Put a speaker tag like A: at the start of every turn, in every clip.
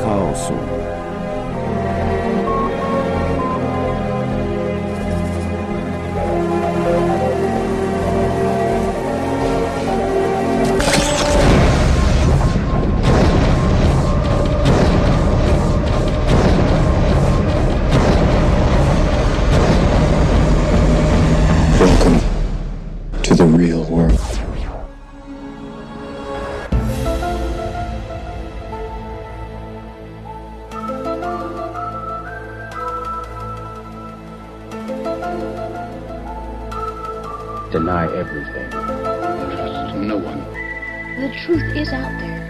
A: chaosu.
B: Welcome to the real world.
C: Deny everything.
B: Trust no one.
D: The truth is out there.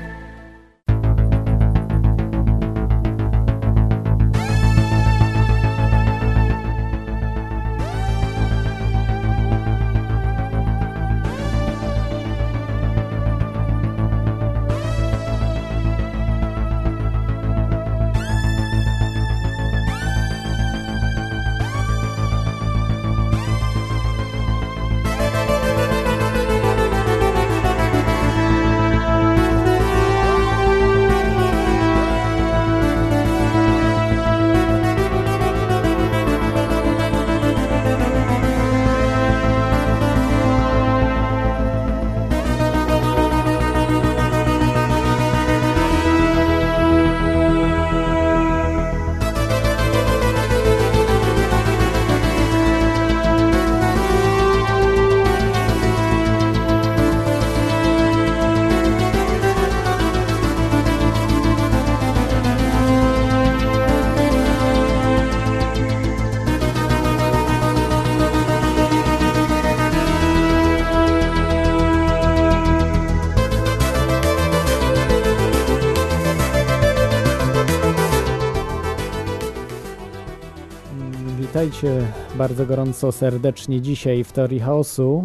E: Witajcie bardzo gorąco, serdecznie dzisiaj w Teorii Chaosu.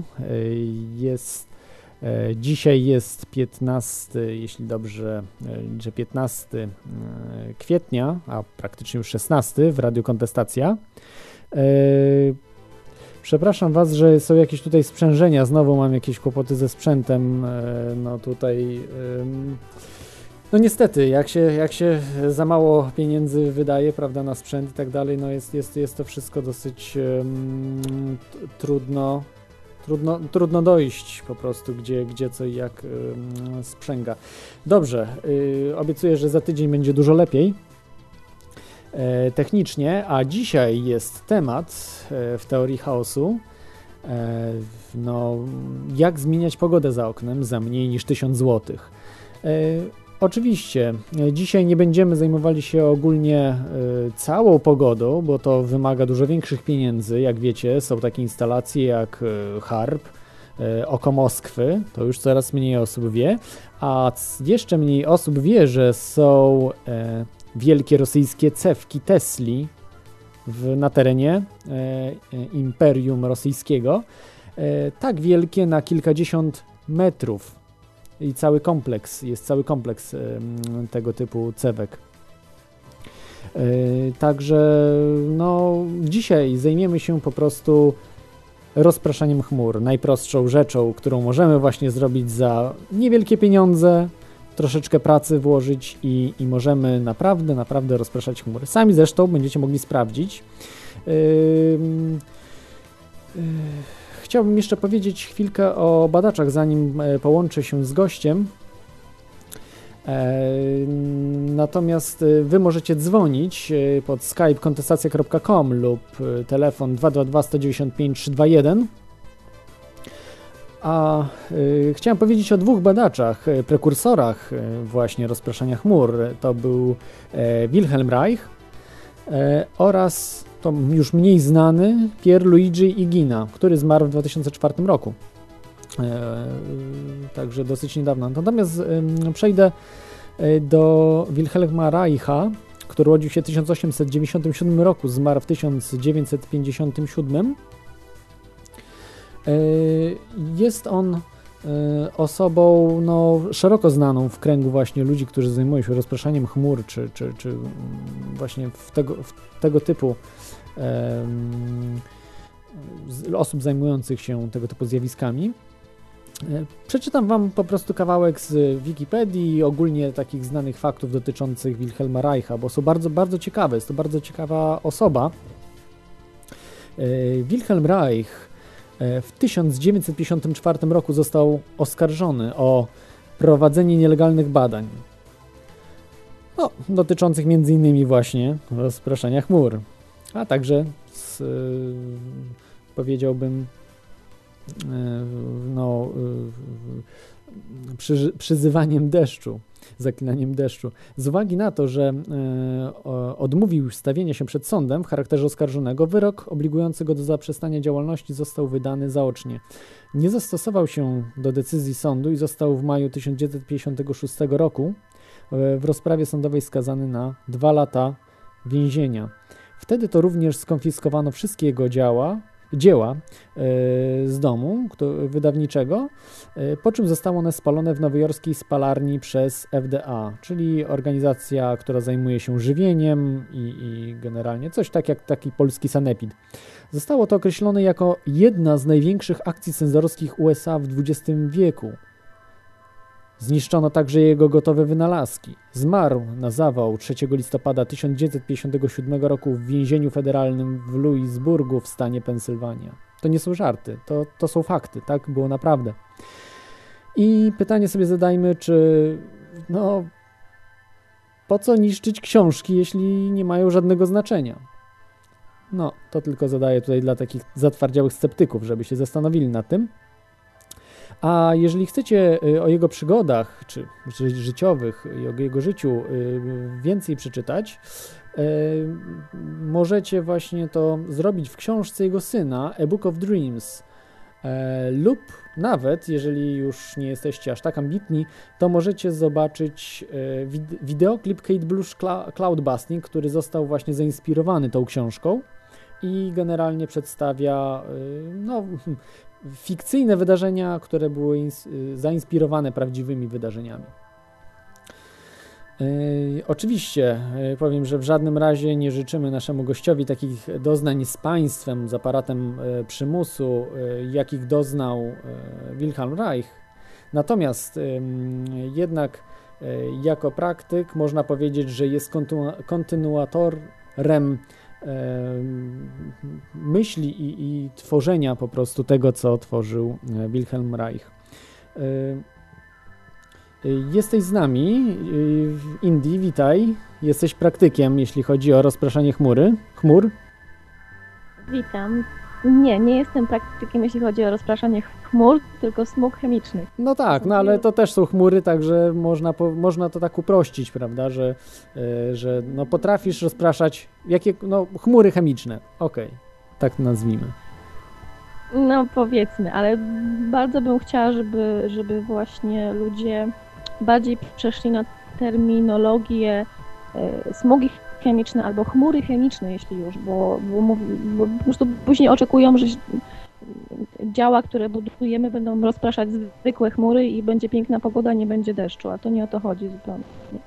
E: Dzisiaj jest 15, jeśli dobrze liczę, 15 kwietnia, a praktycznie już 16 w Radiu Kontestacja. Przepraszam Was, że są jakieś tutaj sprzężenia, znowu mam jakieś kłopoty ze sprzętem, no tutaj... No niestety, jak się za mało pieniędzy wydaje, prawda, na sprzęt i tak dalej, no jest to wszystko dosyć trudno dojść po prostu, gdzie co i jak sprzęga. Dobrze, obiecuję, że za tydzień będzie dużo lepiej technicznie, a dzisiaj jest temat w Teorii Chaosu, no jak zmieniać pogodę za oknem za mniej niż 1000 zł. Oczywiście, dzisiaj nie będziemy zajmowali się ogólnie całą pogodą, bo to wymaga dużo większych pieniędzy. Jak wiecie, są takie instalacje jak HARP, Oko Moskwy, to już coraz mniej osób wie, a jeszcze mniej osób wie, że są wielkie rosyjskie cewki Tesli na terenie Imperium Rosyjskiego, tak wielkie na kilkadziesiąt metrów. I jest cały kompleks tego typu cewek. Także no, dzisiaj zajmiemy się po prostu rozpraszaniem chmur. Najprostszą rzeczą, którą możemy właśnie zrobić za niewielkie pieniądze, troszeczkę pracy włożyć i możemy naprawdę rozpraszać chmury. Sami zresztą będziecie mogli sprawdzić. Chciałbym jeszcze powiedzieć chwilkę o badaczach, zanim połączę się z gościem. Natomiast Wy możecie dzwonić pod skype kontestacja.com lub telefon 222 195 321. A chciałem powiedzieć o dwóch badaczach, prekursorach właśnie rozpraszania chmur. To był Wilhelm Reich oraz to już mniej znany Pierluigi Igina, który zmarł w 2004 roku. Także dosyć niedawno. Natomiast przejdę do Wilhelma Reicha, który urodził się w 1897 roku, zmarł w 1957. Jest on osobą no, szeroko znaną w kręgu właśnie ludzi, którzy zajmują się rozpraszaniem chmur, czy właśnie w tego typu osób zajmujących się tego typu zjawiskami. Przeczytam wam po prostu kawałek z Wikipedii i ogólnie takich znanych faktów dotyczących Wilhelma Reicha, bo są bardzo, bardzo ciekawe. Jest to bardzo ciekawa osoba. Wilhelm Reich w 1954 roku został oskarżony o prowadzenie nielegalnych badań, dotyczących m.in. właśnie rozpraszania chmur, a także powiedziałbym przyzywaniem deszczu, zaklinaniem deszczu. Z uwagi na to, że odmówił stawienia się przed sądem w charakterze oskarżonego, wyrok obligujący go do zaprzestania działalności został wydany zaocznie. Nie zastosował się do decyzji sądu i został w maju 1956 roku w rozprawie sądowej skazany na 2 lata więzienia. Wtedy to również skonfiskowano wszystkie jego dzieła z domu wydawniczego, po czym zostały one spalone w nowojorskiej spalarni przez FDA, czyli organizacja, która zajmuje się żywieniem i generalnie coś tak jak taki polski sanepid. Zostało to określone jako jedna z największych akcji cenzorskich USA w XX wieku. Zniszczono także jego gotowe wynalazki. Zmarł na zawał 3 listopada 1957 roku w więzieniu federalnym w Louisburgu w stanie Pensylwania. To nie są żarty, to są fakty, tak było naprawdę. I pytanie sobie zadajmy, czy po co niszczyć książki, jeśli nie mają żadnego znaczenia? To tylko zadaję tutaj dla takich zatwardziałych sceptyków, żeby się zastanowili nad tym. A jeżeli chcecie o jego przygodach, czy życiowych i o jego życiu więcej przeczytać, możecie właśnie to zrobić w książce jego syna, A Book of Dreams, lub nawet, jeżeli już nie jesteście aż tak ambitni, to możecie zobaczyć wideoklip Kate Bush Cloudbusting, który został właśnie zainspirowany tą książką i generalnie przedstawia fikcyjne wydarzenia, które były zainspirowane prawdziwymi wydarzeniami. Oczywiście powiem, że w żadnym razie nie życzymy naszemu gościowi takich doznań z państwem, z aparatem przymusu, jakich doznał Wilhelm Reich. Natomiast jednak jako praktyk można powiedzieć, że jest kontynuatorem myśli i tworzenia po prostu tego, co tworzył Wilhelm Reich. Jesteś z nami w Indii, witaj. Jesteś praktykiem, jeśli chodzi o rozpraszanie chmur.
A: Witam. Nie jestem praktykiem, jeśli chodzi o rozpraszanie chmur, tylko smog chemiczny.
E: No tak, ale to też są chmury, także można to tak uprościć, prawda, że potrafisz rozpraszać chmury chemiczne. Okej, tak nazwijmy.
A: Powiedzmy, ale bardzo bym chciała, żeby właśnie ludzie bardziej przeszli na terminologię smogi chemiczne albo chmury chemiczne, jeśli już, bo po prostu później oczekują, że działa, które budujemy, będą rozpraszać zwykłe chmury i będzie piękna pogoda, nie będzie deszczu, a to nie o to chodzi zupełnie.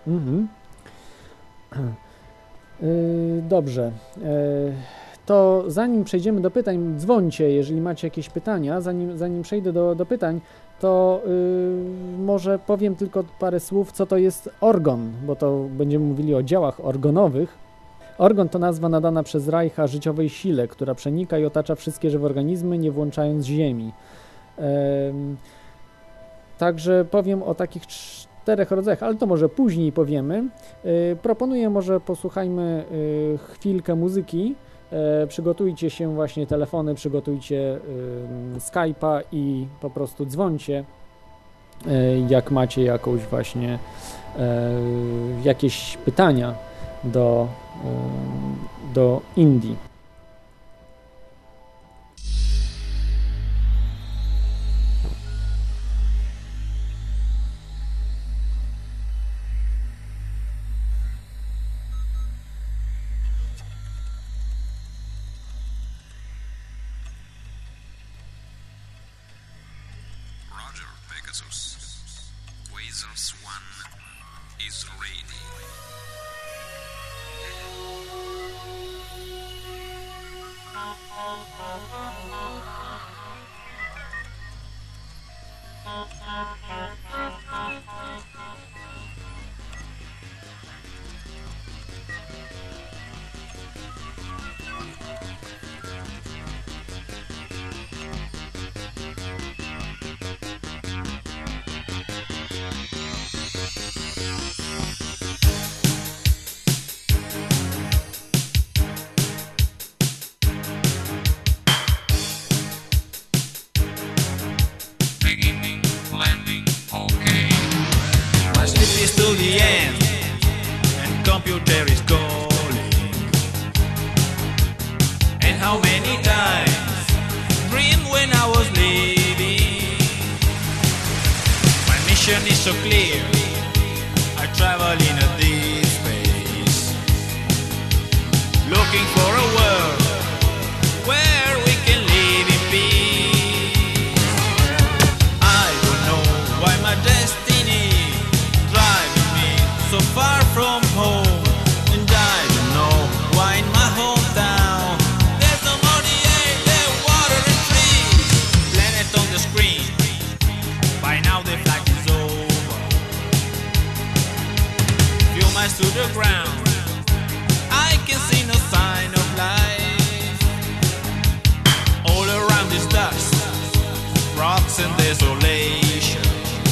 E: Dobrze. To zanim przejdziemy do pytań, dzwońcie, jeżeli macie jakieś pytania. Zanim przejdę do pytań, to może powiem tylko parę słów, co to jest orgon, bo to będziemy mówili o działach orgonowych. Orgon to nazwa nadana przez Reicha życiowej sile, która przenika i otacza wszystkie żywe organizmy, nie włączając Ziemi. Także powiem o takich 4 rodzajach, ale to może później powiemy. Proponuję, może posłuchajmy chwilkę muzyki. Przygotujcie się właśnie telefony, przygotujcie Skype'a i po prostu dzwońcie, jak macie jakąś właśnie jakieś pytania do Indii.
F: Quasars 1 is ready.
G: to the end, and computer is calling. And how many times dreamed when I was leaving. My mission is so clear, I travel in a deep space, looking for a world where we can live in peace. I don't know why my destiny driving me so far from home, and I don't know why in my hometown there's no more the air, the water and trees. Planet on the screen, by now the flight is over. Few miles to the ground, I can see no sign of life. All around is dust, rocks and desolation.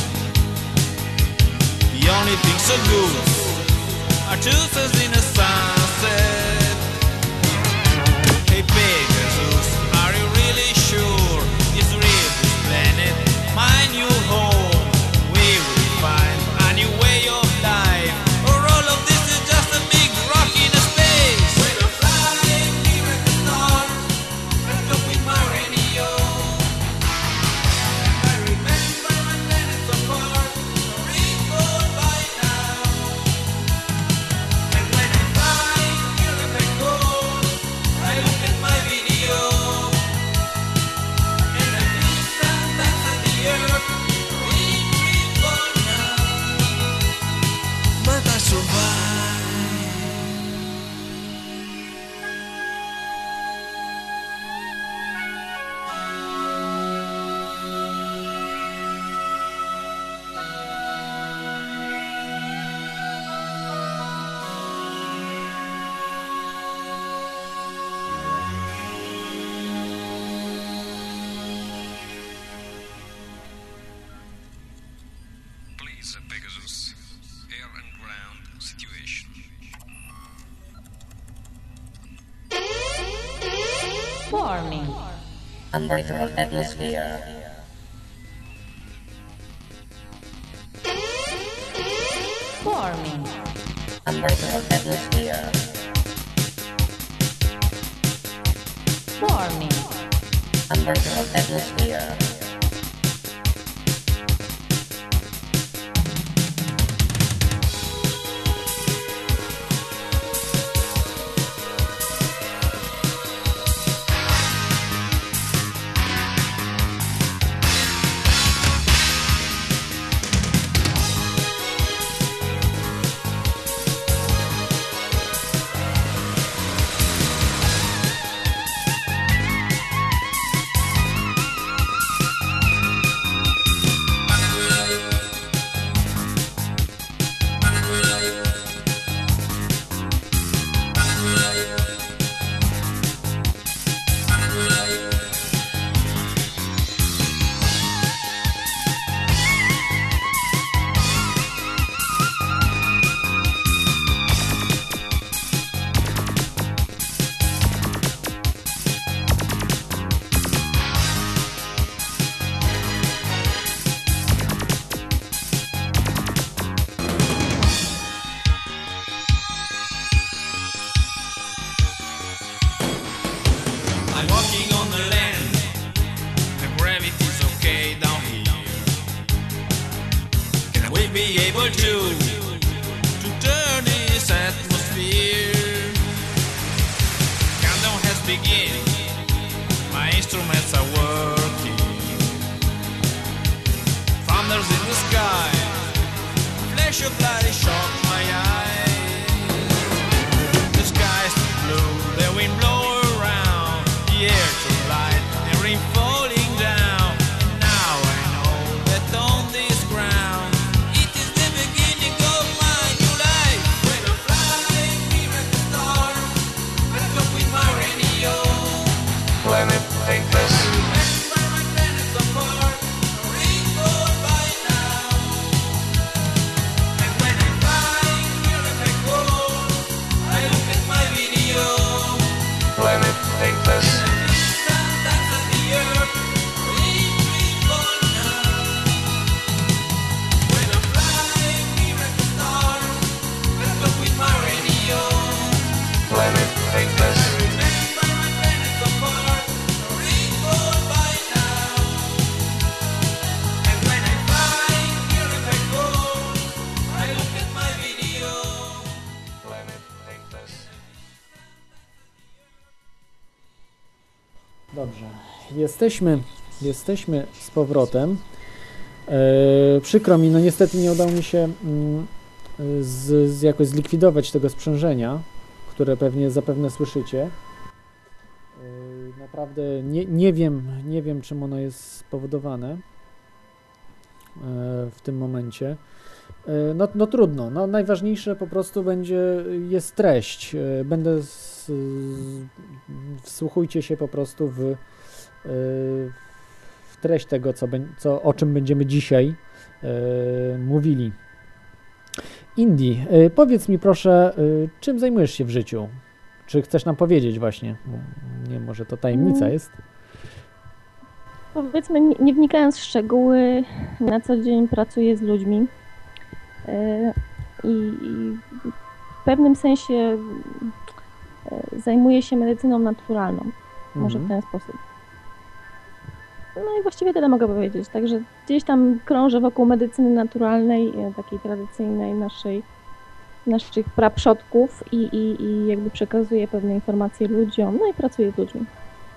G: The only thing so good are two suns in a sunset. Hey Pegasus, are you really sure it's real this planet, my new home? We will find a new way of life, or all of this is just a big rock in a space. We're flying near the stars, let's go with my radio. I remember my planets apart, recall by now. And when I fly near the black hole, I look at my video, and I feel sometimes at the earth, recall now. But I survive.
F: Please, Pegasus. Air and ground situation.
H: Warning. Unbreakable atmosphere. Warning. Unbreakable atmosphere. Warning. Unbreakable atmosphere.
G: I'm walking on the land, the gravity's okay down here. Can we be able to turn this atmosphere? Countdown has begun, my instruments are working. Thunders in the sky, flash of light shock my eyes. The sky's too blue, the wind blows around, the air too light, and rain falling down. And now I know that on this ground, it is the beginning of my new life. We're flying near the stars, let's go with my radio.
F: Planet Taintless.
G: Remember my planets apart, recall by now. And when I fly
E: Dobrze. Jesteśmy z powrotem. Przykro mi, no niestety nie udało mi się jakoś zlikwidować tego sprzężenia, które zapewne słyszycie. Naprawdę nie wiem czym ono jest spowodowane w tym momencie. No trudno. No, najważniejsze po prostu jest treść. Wsłuchujcie się po prostu w treść tego, o czym będziemy dzisiaj mówili. Indy, powiedz mi proszę, czym zajmujesz się w życiu? Czy chcesz nam powiedzieć właśnie? Nie, może to tajemnica jest?
A: Powiedzmy, nie wnikając w szczegóły, na co dzień pracuję z ludźmi i w pewnym sensie zajmuję się medycyną naturalną, może w ten sposób. No i właściwie tyle mogę powiedzieć, także gdzieś tam krążę wokół medycyny naturalnej, takiej tradycyjnej naszych praprzodków i jakby przekazuję pewne informacje ludziom, no i pracuję z ludźmi.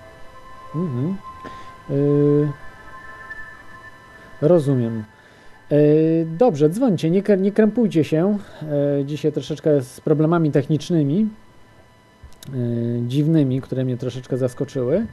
E: Rozumiem. Dobrze, dzwońcie, nie krępujcie się. Dzisiaj troszeczkę z problemami technicznymi, dziwnymi, które mnie troszeczkę zaskoczyły.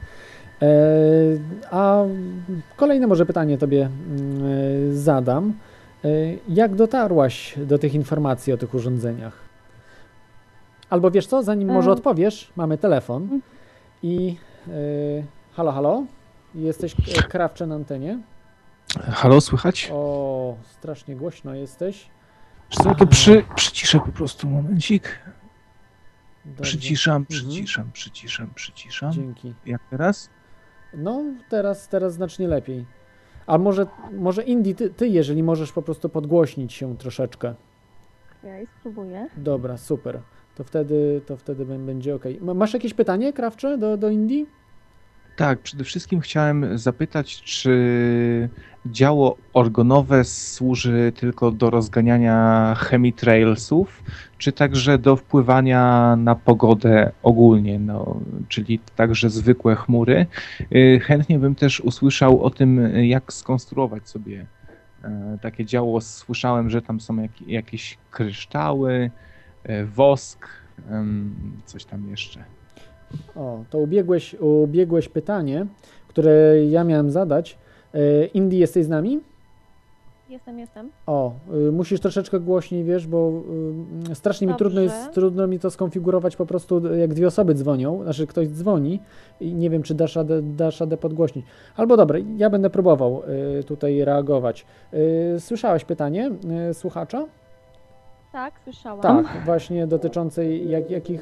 E: A kolejne może pytanie Tobie zadam. Jak dotarłaś do tych informacji o tych urządzeniach? Albo wiesz co, zanim może odpowiesz, mamy telefon i halo, jesteś Krawcze na antenie?
I: Halo, słychać?
E: O, strasznie głośno jesteś.
I: Co, to przyciszę po prostu, momencik. Dobrze. Przyciszam.
E: Dzięki.
I: Jak teraz?
E: No, teraz znacznie lepiej. A może Indy, ty jeżeli możesz po prostu podgłośnić się troszeczkę.
A: Ja spróbuję.
E: Dobra, super. To wtedy będzie ok. Masz jakieś pytanie, Krawcze, do Indy?
I: Tak, przede wszystkim chciałem zapytać, czy działo organowe służy tylko do rozganiania chemitrailsów, czy także do wpływania na pogodę ogólnie, czyli także zwykłe chmury. Chętnie bym też usłyszał o tym, jak skonstruować sobie takie działo. Słyszałem, że tam są jakieś kryształy, wosk, coś tam jeszcze.
E: O, to ubiegłeś pytanie, które ja miałem zadać. Indy, jesteś z nami?
A: Jestem.
E: O, musisz troszeczkę głośniej, wiesz, bo strasznie mi trudno mi to skonfigurować po prostu, jak dwie osoby dzwonią, znaczy ktoś dzwoni i nie wiem, czy dasz radę podgłośnić. Albo dobra, ja będę próbował tutaj reagować. Słyszałaś pytanie słuchacza?
A: Tak, słyszałam.
E: Tak, właśnie dotyczącej jakich...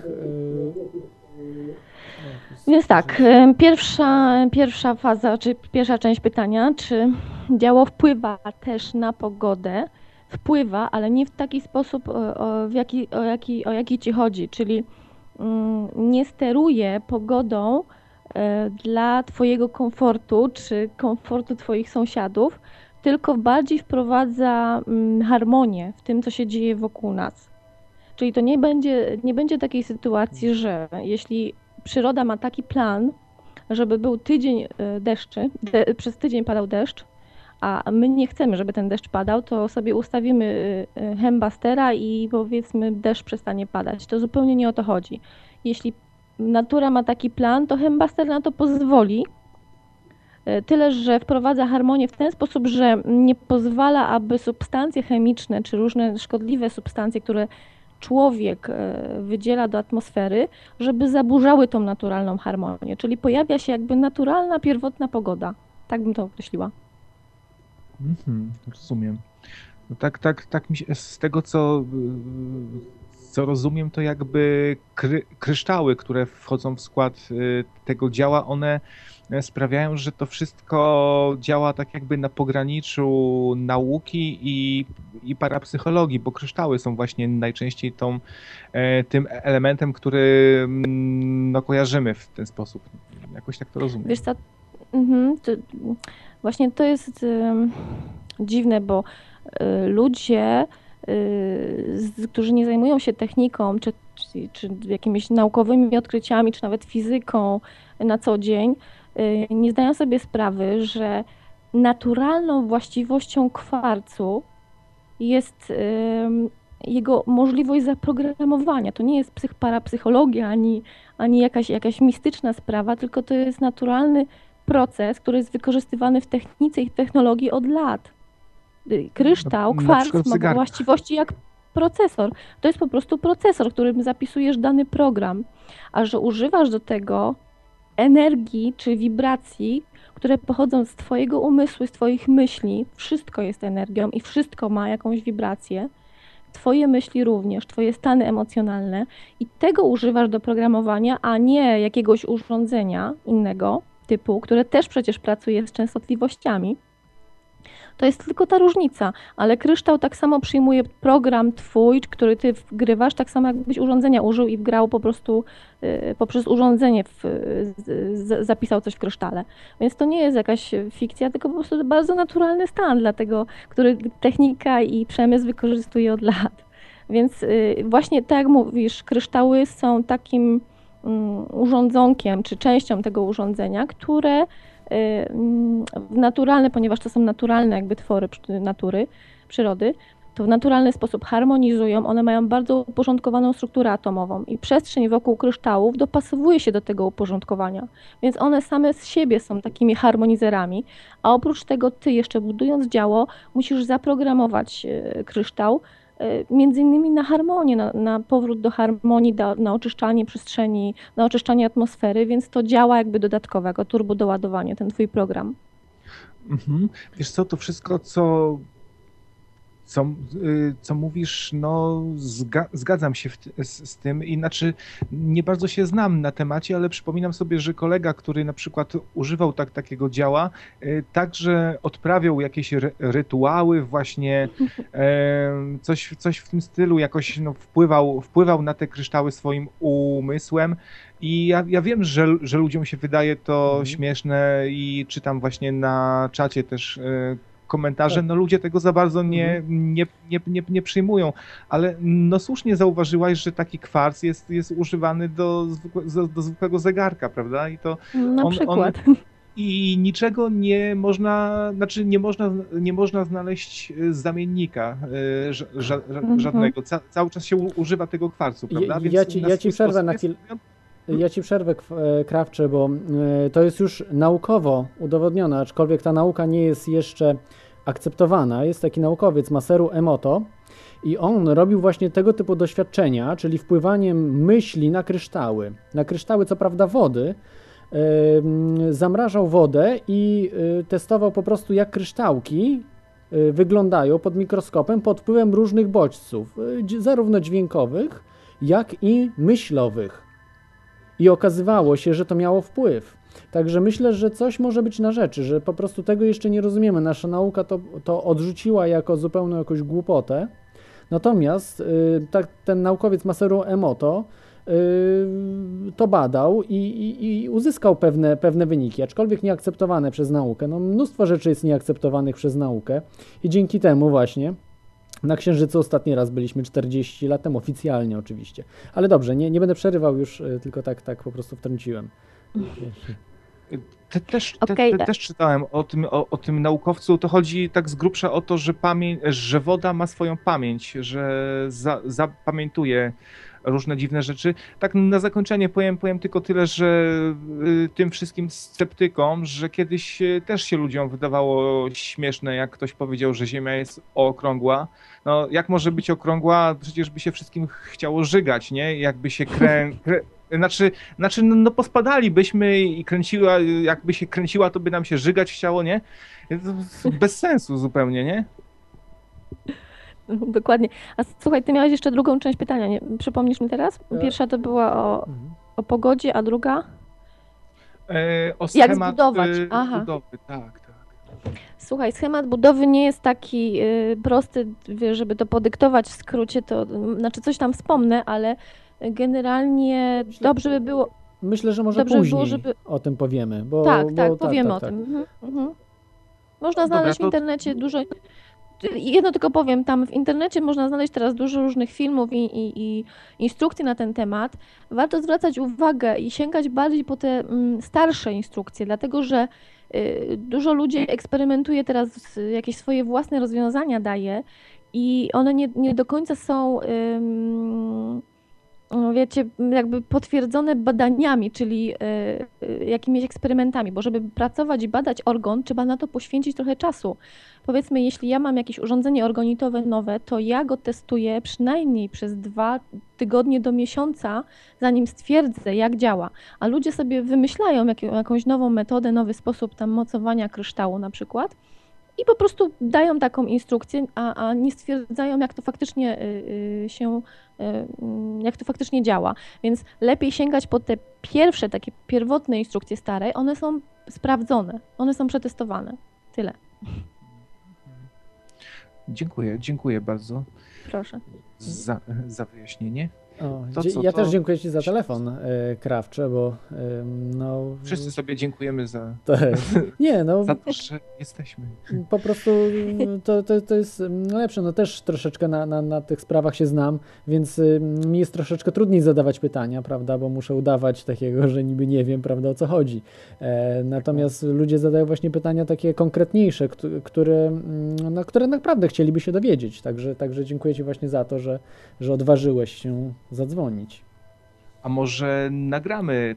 A: Więc tak, pierwsza faza, czy pierwsza część pytania, czy działo wpływa też na pogodę? Wpływa, ale nie w taki sposób, o jaki Ci chodzi, czyli nie steruje pogodą dla Twojego komfortu, czy komfortu Twoich sąsiadów, tylko bardziej wprowadza harmonię w tym, co się dzieje wokół nas. Czyli to nie będzie takiej sytuacji, że jeśli przyroda ma taki plan, żeby był tydzień deszczy, przez tydzień padał deszcz, a my nie chcemy, żeby ten deszcz padał, to sobie ustawimy hembastera i powiedzmy deszcz przestanie padać. To zupełnie nie o to chodzi. Jeśli natura ma taki plan, to hembaster na to pozwoli, tyle że wprowadza harmonię w ten sposób, że nie pozwala, aby substancje chemiczne czy różne szkodliwe substancje, które człowiek wydziela do atmosfery, żeby zaburzały tą naturalną harmonię. Czyli pojawia się jakby naturalna, pierwotna pogoda. Tak bym to określiła.
I: Rozumiem. No tak mi się, z tego co rozumiem, to jakby kryształy, które wchodzą w skład tego działa, one sprawiają, że to wszystko działa tak jakby na pograniczu nauki i parapsychologii, bo kryształy są właśnie najczęściej tym elementem, który kojarzymy w ten sposób. Jakoś tak to rozumiem.
A: Wiesz co, właśnie to jest dziwne, bo ludzie, którzy nie zajmują się techniką, czy jakimiś naukowymi odkryciami, czy nawet fizyką na co dzień, nie zdają sobie sprawy, że naturalną właściwością kwarcu jest jego możliwość zaprogramowania. To nie jest parapsychologia ani jakaś mistyczna sprawa, tylko to jest naturalny proces, który jest wykorzystywany w technice i technologii od lat. Kryształ,
I: Na
A: kwarc
I: przykład w
A: ma
I: zegarkach.
A: właściwości jak procesor. To jest po prostu procesor, którym zapisujesz dany program, a że używasz do tego energii czy wibracji, które pochodzą z twojego umysłu, z twoich myśli, wszystko jest energią i wszystko ma jakąś wibrację, twoje myśli również, twoje stany emocjonalne i tego używasz do programowania, a nie jakiegoś urządzenia innego typu, które też przecież pracuje z częstotliwościami. To jest tylko ta różnica, ale kryształ tak samo przyjmuje program twój, który ty wgrywasz, tak samo jakbyś urządzenia użył i wgrał po prostu poprzez urządzenie, zapisał coś w krysztale. Więc to nie jest jakaś fikcja, tylko po prostu bardzo naturalny stan, dlatego, który technika i przemysł wykorzystuje od lat. Więc właśnie tak jak mówisz, kryształy są takim urządzonkiem, czy częścią tego urządzenia, które naturalne, ponieważ to są naturalne jakby twory natury, przyrody, to w naturalny sposób harmonizują, one mają bardzo uporządkowaną strukturę atomową i przestrzeń wokół kryształów dopasowuje się do tego uporządkowania, więc one same z siebie są takimi harmonizerami, a oprócz tego ty jeszcze budując dzieło musisz zaprogramować kryształ, między innymi na harmonię, na powrót do harmonii, na oczyszczanie przestrzeni, na oczyszczanie atmosfery, więc to działa jakby dodatkowo, jako turbodoładowanie, ten twój program.
I: Mhm. Wiesz co, to wszystko, co mówisz, no zgadzam się z tym i znaczy nie bardzo się znam na temacie, ale przypominam sobie, że kolega, który na przykład używał takiego działa, także odprawiał jakieś rytuały, właśnie coś w tym stylu, jakoś no, wpływał na te kryształy swoim umysłem. I ja wiem, że ludziom się wydaje to śmieszne i czytam właśnie na czacie też komentarze, no ludzie tego za bardzo nie przyjmują, ale no słusznie zauważyłaś, że taki kwarc jest używany do zwykłego zegarka, prawda? I to
A: na przykład.
I: I niczego nie można, znaczy nie można znaleźć zamiennika żadnego. Cały czas się używa tego kwarcu, prawda? Więc
E: ja ci przerwę na chwilę. Ja ci przerwę, Krawcze, bo to jest już naukowo udowodnione, aczkolwiek ta nauka nie jest jeszcze akceptowana. Jest taki naukowiec Masaru Emoto i on robił właśnie tego typu doświadczenia, czyli wpływaniem myśli na kryształy. Na kryształy, co prawda wody, zamrażał wodę i testował po prostu, jak kryształki wyglądają pod mikroskopem pod wpływem różnych bodźców, zarówno dźwiękowych, jak i myślowych. I okazywało się, że to miało wpływ. Także myślę, że coś może być na rzeczy, że po prostu tego jeszcze nie rozumiemy. Nasza nauka to odrzuciła jako zupełną jakąś głupotę. Natomiast ten naukowiec Masaru Emoto to badał i uzyskał pewne wyniki, aczkolwiek nieakceptowane przez naukę. No, mnóstwo rzeczy jest nieakceptowanych przez naukę i dzięki temu właśnie na Księżycu ostatni raz byliśmy 40 lat temu, oficjalnie oczywiście. Ale dobrze, nie będę przerywał już, tylko tak po prostu wtrąciłem.
I: Też czytałem o tym naukowcu. To chodzi tak z grubsza o to, że woda ma swoją pamięć, że zapamiętuje różne dziwne rzeczy. Tak na zakończenie powiem tylko tyle, że tym wszystkim sceptykom, że kiedyś też się ludziom wydawało śmieszne, jak ktoś powiedział, że Ziemia jest okrągła. No jak może być okrągła? Przecież by się wszystkim chciało żygać, nie? Jakby się no pospadalibyśmy i jakby się kręciła, to by nam się żygać chciało, nie? To bez sensu zupełnie, nie?
A: Dokładnie. A słuchaj, ty miałeś jeszcze drugą część pytania, nie? Przypomnisz mi teraz? Pierwsza to była o pogodzie, a druga?
I: O schemat
A: jak zbudować. Aha.
I: budowy, tak.
A: Słuchaj, schemat budowy nie jest taki prosty, wiesz, żeby to podyktować w skrócie, to znaczy coś tam wspomnę, ale generalnie dobrze by było...
E: Myślę, że może później o tym powiemy.
A: Powiemy o tym. Można znaleźć w internecie jedno tylko powiem, tam w internecie można znaleźć teraz dużo różnych filmów i instrukcji na ten temat. Warto zwracać uwagę i sięgać bardziej po te starsze instrukcje, dlatego że dużo ludzi eksperymentuje teraz, jakieś swoje własne rozwiązania daje i one nie do końca są, wiecie, jakby potwierdzone badaniami, czyli jakimiś eksperymentami, bo żeby pracować i badać organ, trzeba na to poświęcić trochę czasu. Powiedzmy, jeśli ja mam jakieś urządzenie orgonitowe nowe, to ja go testuję przynajmniej przez 2 tygodnie do miesiąca, zanim stwierdzę, jak działa. A ludzie sobie wymyślają jakąś nową metodę, nowy sposób tam mocowania kryształu na przykład i po prostu dają taką instrukcję, a nie stwierdzają, jak to faktycznie jak to faktycznie działa. Więc lepiej sięgać po te pierwsze, takie pierwotne instrukcje stare. One są sprawdzone, one są przetestowane. Tyle.
I: Dziękuję bardzo
A: Proszę.
I: za wyjaśnienie.
E: Ja też dziękuję Ci za telefon, Krawcze, bo no...
I: Wszyscy sobie dziękujemy za to, że jesteśmy.
E: Po prostu to jest lepsze. No też troszeczkę na tych sprawach się znam, więc mi jest troszeczkę trudniej zadawać pytania, prawda, bo muszę udawać takiego, że niby nie wiem, prawda, o co chodzi. Natomiast ludzie zadają właśnie pytania takie konkretniejsze, które naprawdę chcieliby się dowiedzieć. Także dziękuję Ci właśnie za to, że odważyłeś się zadzwonić.
I: A może nagramy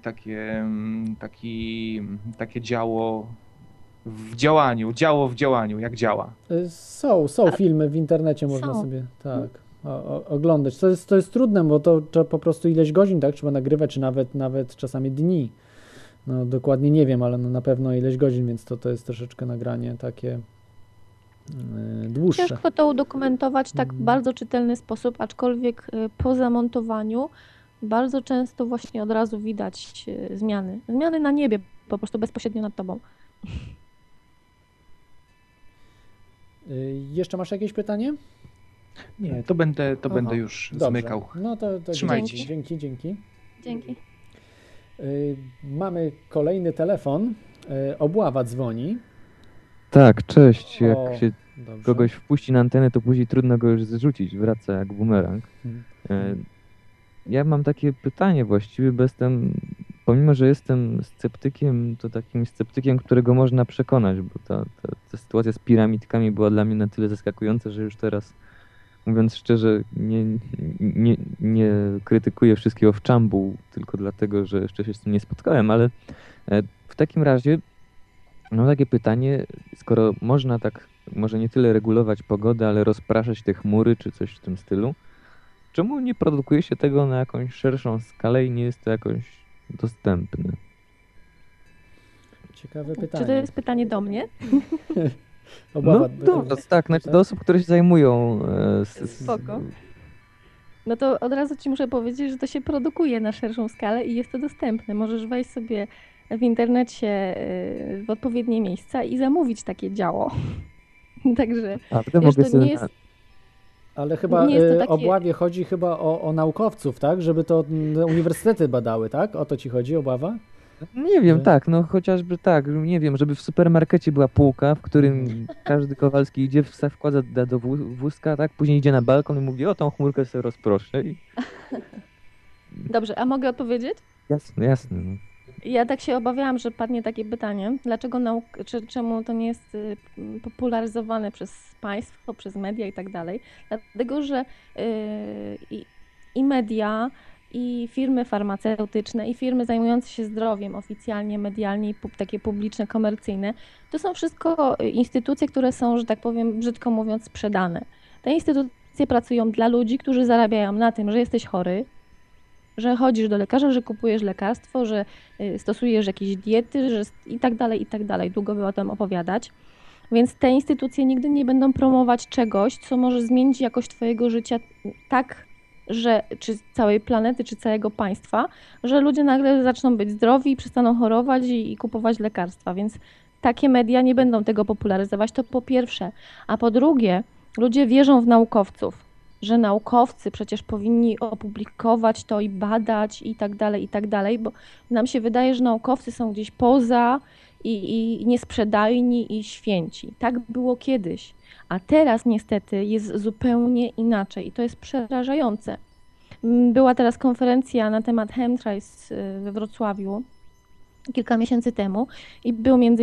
I: takie działo w działaniu, jak działa?
E: Są filmy w internecie, można sobie oglądać. To jest trudne, bo to trzeba po prostu ileś godzin, tak, trzeba nagrywać, czy nawet czasami dni. No dokładnie nie wiem, ale na pewno ileś godzin, więc to jest troszeczkę nagranie takie dłuższe.
A: Ciężko to udokumentować w tak bardzo czytelny sposób, aczkolwiek po zamontowaniu bardzo często właśnie od razu widać zmiany. Zmiany na niebie, po prostu bezpośrednio nad tobą.
E: Jeszcze masz jakieś pytanie?
I: Nie, to będę już zamykał.
E: No to
I: trzymajcie się.
E: Dzięki.
A: Dzięki.
E: Mamy kolejny telefon. Obława dzwoni.
J: Tak, cześć. Jak się kogoś wpuści na antenę, to później trudno go już zrzucić. Wraca jak bumerang. Ja mam takie pytanie właściwie, bo pomimo że jestem sceptykiem, to takim sceptykiem, którego można przekonać, bo ta sytuacja z piramidkami była dla mnie na tyle zaskakująca, że już teraz, mówiąc szczerze, nie krytykuję wszystkiego w czambu, tylko dlatego, że jeszcze się z tym nie spotkałem, ale w takim razie mam takie pytanie, skoro można tak, może nie tyle regulować pogodę, ale rozpraszać te chmury, czy coś w tym stylu, czemu nie produkuje się tego na jakąś szerszą skalę i nie jest to jakoś dostępne?
E: Ciekawe pytanie.
A: Czy to jest pytanie do mnie?
E: Obława.
J: Tak, znaczy do osób, które się zajmują.
A: Spoko. No to od razu Ci muszę powiedzieć, że to się produkuje na szerszą skalę i jest to dostępne. Możesz wejść sobie w internecie w odpowiednie miejsca i zamówić takie działo. Także wiesz, to nie jest...
E: Ale chyba obławie chodzi chyba o naukowców, tak? Żeby to uniwersytety badały, tak? O to Ci chodzi, Obława?
J: Nie wiem, tak, no chociażby tak, nie wiem, żeby w supermarkecie była półka, w którym każdy Kowalski idzie, wkłada do wózka, tak? Później idzie na balkon i mówi, o tą chmurkę sobie rozproszę.
A: Dobrze, a mogę odpowiedzieć?
J: Jasne. No.
A: Ja tak się obawiałam, że padnie takie pytanie, dlaczego czemu to nie jest popularyzowane przez państwo, przez media i tak dalej. Dlatego, że i media, i firmy farmaceutyczne, i firmy zajmujące się zdrowiem oficjalnie, medialnie, i takie publiczne, komercyjne, to są wszystko instytucje, które są, że tak powiem, brzydko mówiąc, sprzedane. Te instytucje pracują dla ludzi, którzy zarabiają na tym, że jesteś chory, że chodzisz do lekarza, że kupujesz lekarstwo, że stosujesz jakieś diety, że i tak dalej. Długo by o tym opowiadać. Więc te instytucje nigdy nie będą promować czegoś, co może zmienić jakość Twojego życia tak, że czy całej planety, czy całego państwa, że ludzie nagle zaczną być zdrowi, przestaną chorować i kupować lekarstwa. Więc takie media nie będą tego popularyzować, to po pierwsze. A po drugie, ludzie wierzą w naukowców, że naukowcy przecież powinni opublikować to i badać i tak dalej, bo nam się wydaje, że naukowcy są gdzieś poza i niesprzedajni i święci. Tak było kiedyś, a teraz niestety jest zupełnie inaczej i to jest przerażające. Była teraz konferencja na temat chemtrails we Wrocławiu kilka miesięcy temu i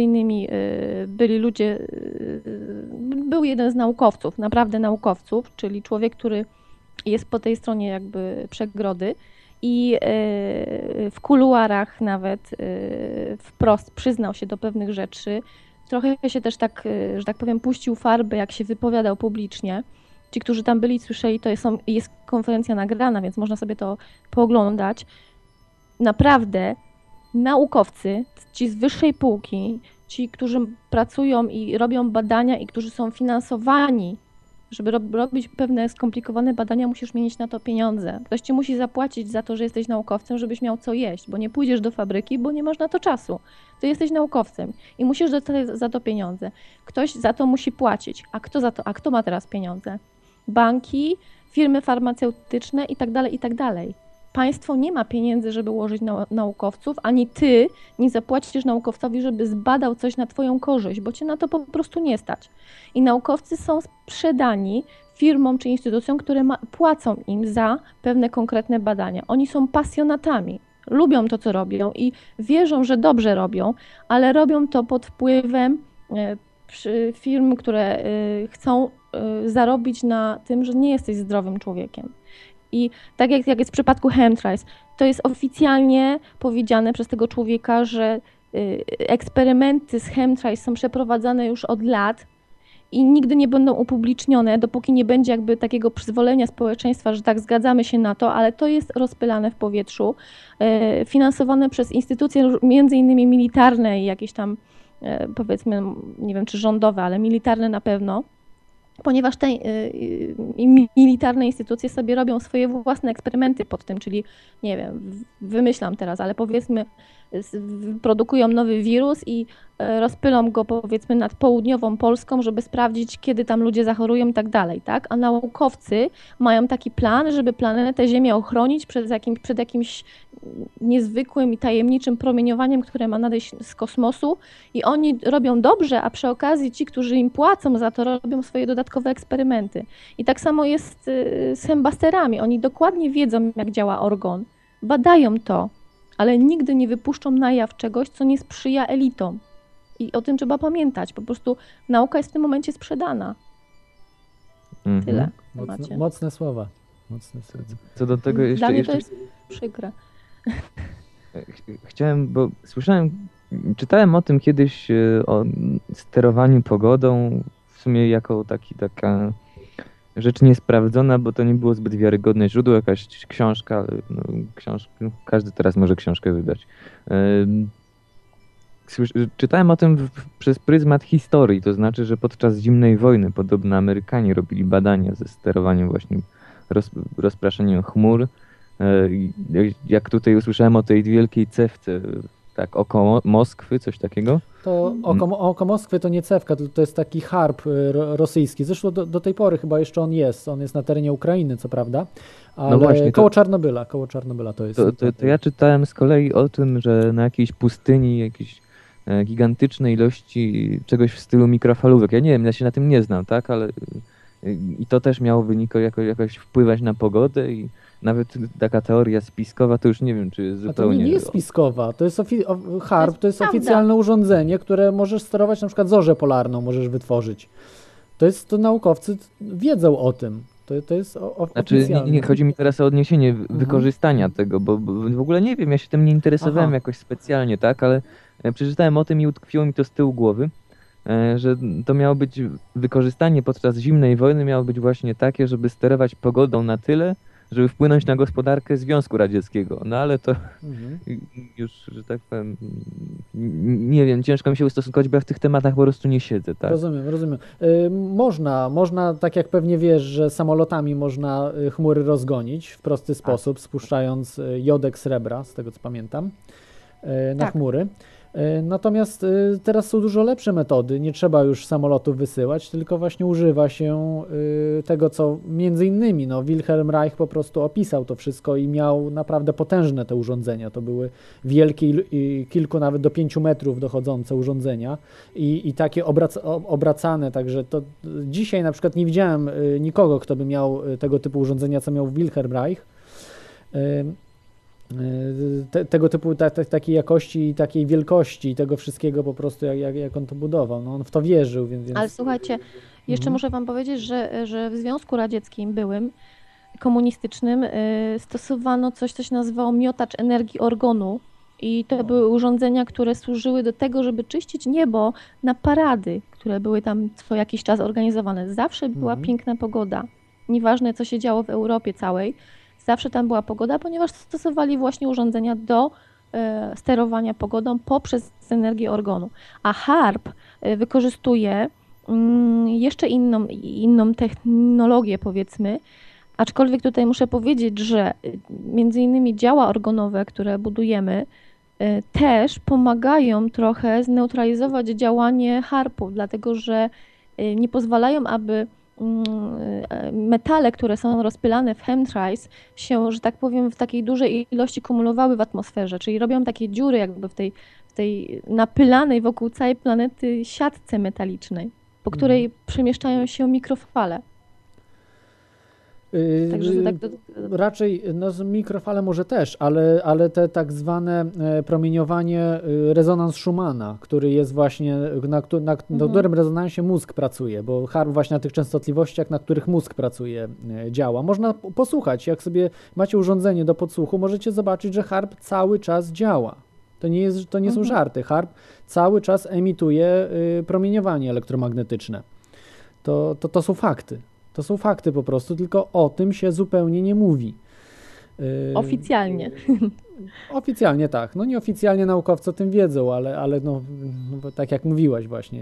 A: byli ludzie, był jeden z naukowców, naprawdę naukowców, czyli człowiek, który jest po tej stronie jakby przegrody i w kuluarach nawet wprost przyznał się do pewnych rzeczy. Trochę się też tak, że tak powiem, puścił farbę, jak się wypowiadał publicznie. Ci, którzy tam byli, słyszeli, jest konferencja nagrana, więc można sobie to pooglądać. Naprawdę naukowcy, ci z wyższej półki, ci, którzy pracują i robią badania i którzy są finansowani, żeby robić pewne skomplikowane badania, musisz mieć na to pieniądze. Ktoś ci musi zapłacić za to, że jesteś naukowcem, żebyś miał co jeść, bo nie pójdziesz do fabryki, bo nie masz na to czasu. Ty jesteś naukowcem i musisz dostać za to pieniądze. Ktoś za to musi płacić. A kto ma teraz pieniądze? Banki, firmy farmaceutyczne i tak dalej, i tak dalej. Państwo nie ma pieniędzy, żeby ułożyć naukowców, ani ty nie zapłacisz naukowcowi, żeby zbadał coś na twoją korzyść, bo cię na to po prostu nie stać. I naukowcy są sprzedani firmom czy instytucjom, które płacą im za pewne konkretne badania. Oni są pasjonatami, lubią to, co robią i wierzą, że dobrze robią, ale robią to pod wpływem firm, które chcą zarobić na tym, że nie jesteś zdrowym człowiekiem. I tak jak jest w przypadku chemtrails, to jest oficjalnie powiedziane przez tego człowieka, że eksperymenty z chemtrails są przeprowadzane już od lat i nigdy nie będą upublicznione, dopóki nie będzie jakby takiego przyzwolenia społeczeństwa, że tak zgadzamy się na to, ale to jest rozpylane w powietrzu, finansowane przez instytucje między innymi militarne i jakieś tam powiedzmy, nie wiem czy rządowe, ale militarne na pewno. Ponieważ te militarne instytucje sobie robią swoje własne eksperymenty pod tym, czyli nie wiem, wymyślam teraz, ale powiedzmy produkują nowy wirus i rozpylą go powiedzmy nad południową Polską, żeby sprawdzić, kiedy tam ludzie zachorują i tak dalej, tak? A naukowcy mają taki plan, żeby planetę Ziemię ochronić przed jakimś niezwykłym i tajemniczym promieniowaniem, które ma nadejść z kosmosu i oni robią dobrze, a przy okazji ci, którzy im płacą za to, robią swoje dodatkowe eksperymenty. I tak samo jest z chembasterami. Oni dokładnie wiedzą, jak działa organ, badają to, ale nigdy nie wypuszczą na jaw czegoś, co nie sprzyja elitom. I o tym trzeba pamiętać. Po prostu nauka jest w tym momencie sprzedana. Tyle.
E: Mocne słowa.
J: Co do tego jeszcze...
A: Dla mnie to jest przykre.
J: Bo czytałem o tym kiedyś, o sterowaniu pogodą, w sumie jako taka rzecz niesprawdzona, bo to nie było zbyt wiarygodne źródło, jakaś książka, każdy teraz może książkę wydać. Czytałem o tym przez pryzmat historii, to znaczy, że podczas zimnej wojny podobno Amerykanie robili badania ze sterowaniem właśnie rozpraszaniem chmur. Jak tutaj usłyszałem o tej wielkiej cewce, tak około Moskwy, coś takiego?
E: To oko Moskwy to nie cewka, to jest taki harp rosyjski. Zresztą do tej pory chyba jeszcze on jest na terenie Ukrainy, co prawda, ale no właśnie, koło Czarnobyla to jest.
J: To ja czytałem z kolei o tym, że na jakiejś pustyni, jakiejś gigantycznej ilości czegoś w stylu mikrofalówek. Ja nie wiem, ja się na tym nie znam, tak, ale i to też miało jakoś wpływać na pogodę i nawet taka teoria spiskowa, to już nie wiem, czy jest zupełnie...
E: A to nie jest spiskowa, to jest harp, to jest oficjalne urządzenie, które możesz sterować, na przykład zorzę polarną możesz wytworzyć. To naukowcy wiedzą o tym. To jest oficjalne.
J: Znaczy, nie chodzi mi teraz o odniesienie wykorzystania tego, bo w ogóle nie wiem, ja się tym nie interesowałem jakoś specjalnie, tak, ale przeczytałem o tym i utkwiło mi to z tyłu głowy, że to miało być wykorzystanie podczas zimnej wojny, miało być właśnie takie, żeby sterować pogodą na tyle, żeby wpłynąć na gospodarkę Związku Radzieckiego. No ale to już, że tak powiem, nie wiem, ciężko mi się ustosunkować, bo ja w tych tematach po prostu nie siedzę. Tak?
E: Rozumiem. Można, tak jak pewnie wiesz, że samolotami można chmury rozgonić w prosty sposób, spuszczając jodek srebra, z tego co pamiętam, na chmury. Natomiast teraz są dużo lepsze metody, nie trzeba już samolotów wysyłać, tylko właśnie używa się tego, co między innymi Wilhelm Reich po prostu opisał to wszystko i miał naprawdę potężne te urządzenia. To były wielkie, kilku nawet do 5 metrów dochodzące urządzenia i takie obracane, także to dzisiaj na przykład nie widziałem nikogo, kto by miał tego typu urządzenia, co miał Wilhelm Reich. Tego typu, takiej jakości i takiej wielkości i tego wszystkiego po prostu, jak on to budował. No, on w to wierzył, więc...
A: Ale słuchajcie, jeszcze muszę wam powiedzieć, że w Związku Radzieckim byłym, komunistycznym, stosowano coś, co się nazywało miotacz energii organu i to były urządzenia, które służyły do tego, żeby czyścić niebo na parady, które były tam co jakiś czas organizowane. Zawsze była piękna pogoda. Nieważne, co się działo w Europie całej, zawsze tam była pogoda, ponieważ stosowali właśnie urządzenia do sterowania pogodą poprzez energię organu. A HARP wykorzystuje jeszcze inną technologię, powiedzmy, aczkolwiek tutaj muszę powiedzieć, że między innymi działa organowe, które budujemy, też pomagają trochę zneutralizować działanie HARP-ów, dlatego że nie pozwalają, aby metale, które są rozpylane w chemtrails się, że tak powiem, w takiej dużej ilości kumulowały w atmosferze, czyli robią takie dziury jakby w tej napylanej wokół całej planety siatce metalicznej, po której przemieszczają się mikrofale. Także
E: raczej mikrofale może też, ale te tak zwane promieniowanie rezonans Schumana, który jest właśnie, na którym rezonansie mózg pracuje, bo HARP właśnie na tych częstotliwościach, na których mózg pracuje, działa. Można posłuchać, jak sobie macie urządzenie do podsłuchu, możecie zobaczyć, że HARP cały czas działa. To nie są żarty. HARP cały czas emituje promieniowanie elektromagnetyczne. To są fakty. To są fakty po prostu, tylko o tym się zupełnie nie mówi.
A: Oficjalnie.
E: Oficjalnie tak. No nieoficjalnie naukowcy o tym wiedzą, ale tak jak mówiłaś właśnie,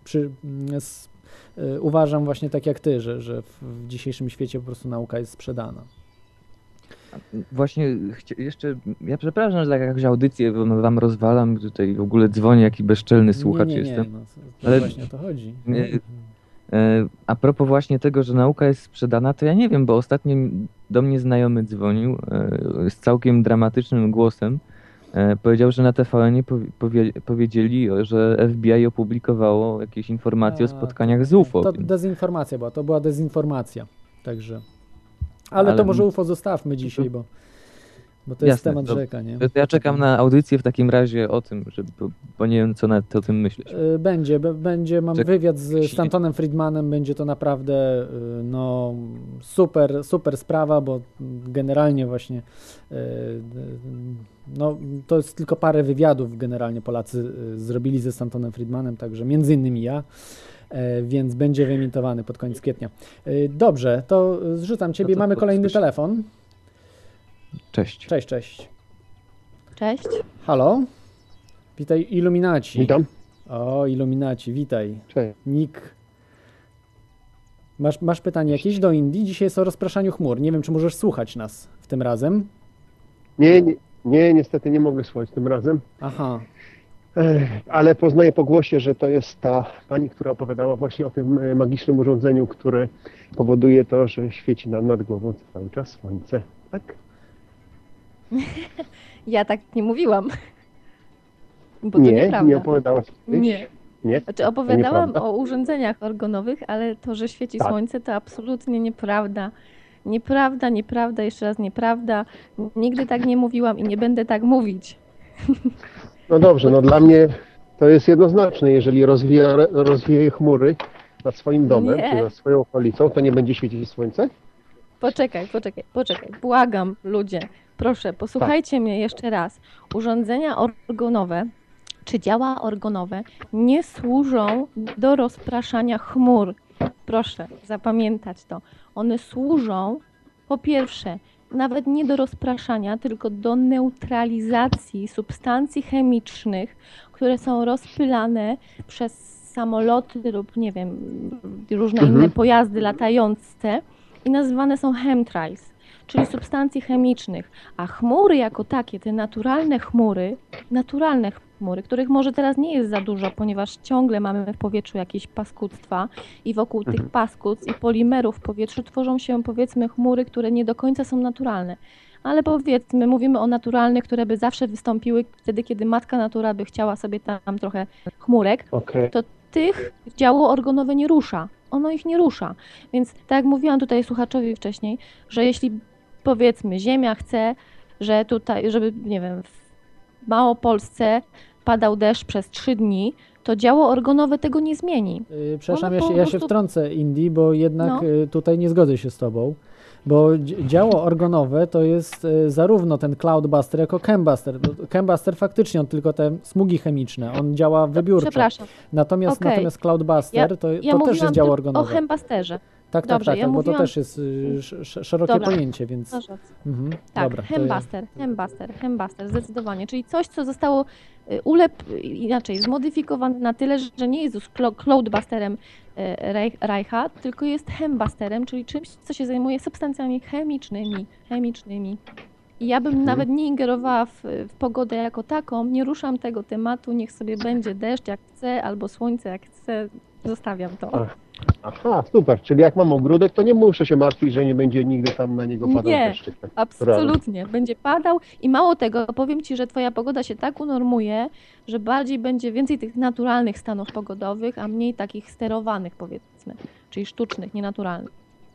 E: uważam właśnie tak jak ty, że w dzisiejszym świecie po prostu nauka jest sprzedana.
J: Właśnie jeszcze, ja przepraszam, że jakąś audycję wam rozwalam, tutaj w ogóle dzwonię, jaki bezczelny słuchacz jestem.
E: Ale właśnie o to chodzi.
J: A propos właśnie tego, że nauka jest sprzedana, to ja nie wiem, bo ostatnio do mnie znajomy dzwonił z całkiem dramatycznym głosem. Powiedział, że na TVN-ie powiedzieli, że FBI opublikowało jakieś informacje o spotkaniach z UFO.
E: To dezinformacja była, to była dezinformacja, także... Ale to może UFO zostawmy dzisiaj, bo to jest temat rzeka, nie?
J: To ja czekam na audycję w takim razie o tym, bo nie wiem, co o tym myśleć.
E: Mam wywiad z Stantonem Friedmanem, będzie to naprawdę super sprawa, bo generalnie właśnie to jest tylko parę wywiadów generalnie Polacy zrobili ze Stantonem Friedmanem, także między innymi ja. Więc będzie wyemitowany pod koniec kwietnia. Dobrze, to zrzucam ciebie. Mamy kolejny telefon.
J: Cześć.
A: Cześć.
E: Halo? Witaj, Illuminaci.
K: Witam.
E: O, Illuminaci, witaj.
K: Cześć.
E: Nick. Masz pytanie jakieś do Indii? Dzisiaj jest o rozpraszaniu chmur. Nie wiem, czy możesz słuchać nas w tym razem.
K: Nie, niestety nie mogę słuchać tym razem.
E: Aha.
K: Ale poznaję po głosie, że to jest ta pani, która opowiadała właśnie o tym magicznym urządzeniu, które powoduje to, że świeci nam nad głową cały czas słońce. Tak?
A: Ja tak nie mówiłam. Bo to nieprawda.
K: Nie opowiadałaś. Nie.
A: Znaczy opowiadałam o urządzeniach organowych, ale to, że świeci słońce, to absolutnie nieprawda. Nieprawda, jeszcze raz nieprawda. Nigdy tak nie mówiłam i nie będę tak mówić.
K: No dobrze, dla mnie to jest jednoznaczne. Jeżeli rozwieje chmury nad swoim domem, czy nad swoją okolicą, to nie będzie świecić słońce?
A: Poczekaj. Błagam, ludzie. Proszę, posłuchajcie mnie jeszcze raz. Urządzenia organowe, czy działa organowe, nie służą do rozpraszania chmur. Proszę zapamiętać to. One służą, po pierwsze, nawet nie do rozpraszania, tylko do neutralizacji substancji chemicznych, które są rozpylane przez samoloty lub, nie wiem, różne inne pojazdy latające i nazywane są chemtrails. czyli substancji chemicznych, a chmury jako takie, te naturalne chmury, których może teraz nie jest za dużo, ponieważ ciągle mamy w powietrzu jakieś paskudztwa i wokół tych paskudstw i polimerów w powietrzu tworzą się, powiedzmy, chmury, które nie do końca są naturalne. Ale powiedzmy, mówimy o naturalnych, które by zawsze wystąpiły wtedy, kiedy matka natura by chciała sobie tam trochę chmurek, to tych działo organowe nie rusza. Ono ich nie rusza. Więc tak jak mówiłam tutaj słuchaczowi wcześniej, że jeśli powiedzmy Ziemia chce, że tutaj, żeby, nie wiem, w Małopolsce padał deszcz przez 3 dni, to działo organowe tego nie zmieni.
E: Przepraszam, ja się wtrącę, Indy, bo jednak tutaj nie zgodzę się z tobą. Bo działo organowe to jest zarówno ten Cloudbuster, jako Chembuster. Chembuster faktycznie, on tylko te smugi chemiczne, on działa wybiórczo.
A: Przepraszam.
E: Natomiast Cloudbuster to też jest działo organowe.
A: O Chembusterze.
E: Tak, bo to też jest szerokie pojęcie, więc...
A: Tak,
E: Dobra,
A: Chembuster, zdecydowanie. Czyli coś, co zostało zmodyfikowane na tyle, że nie jest już Cloudbusterem Reicha, tylko jest Chembusterem, czyli czymś, co się zajmuje substancjami chemicznymi. I ja bym nawet nie ingerowała w pogodę jako taką, nie ruszam tego tematu, niech sobie będzie deszcz jak chce, albo słońce jak chce, zostawiam to.
K: Aha, super, czyli jak mam ogródek, to nie muszę się martwić, że nie będzie nigdy tam na niego padał deszczyk.
A: Nie, absolutnie, będzie padał i mało tego, powiem Ci, że Twoja pogoda się tak unormuje, że bardziej będzie więcej tych naturalnych stanów pogodowych, a mniej takich sterowanych, powiedzmy, czyli sztucznych, nienaturalnych.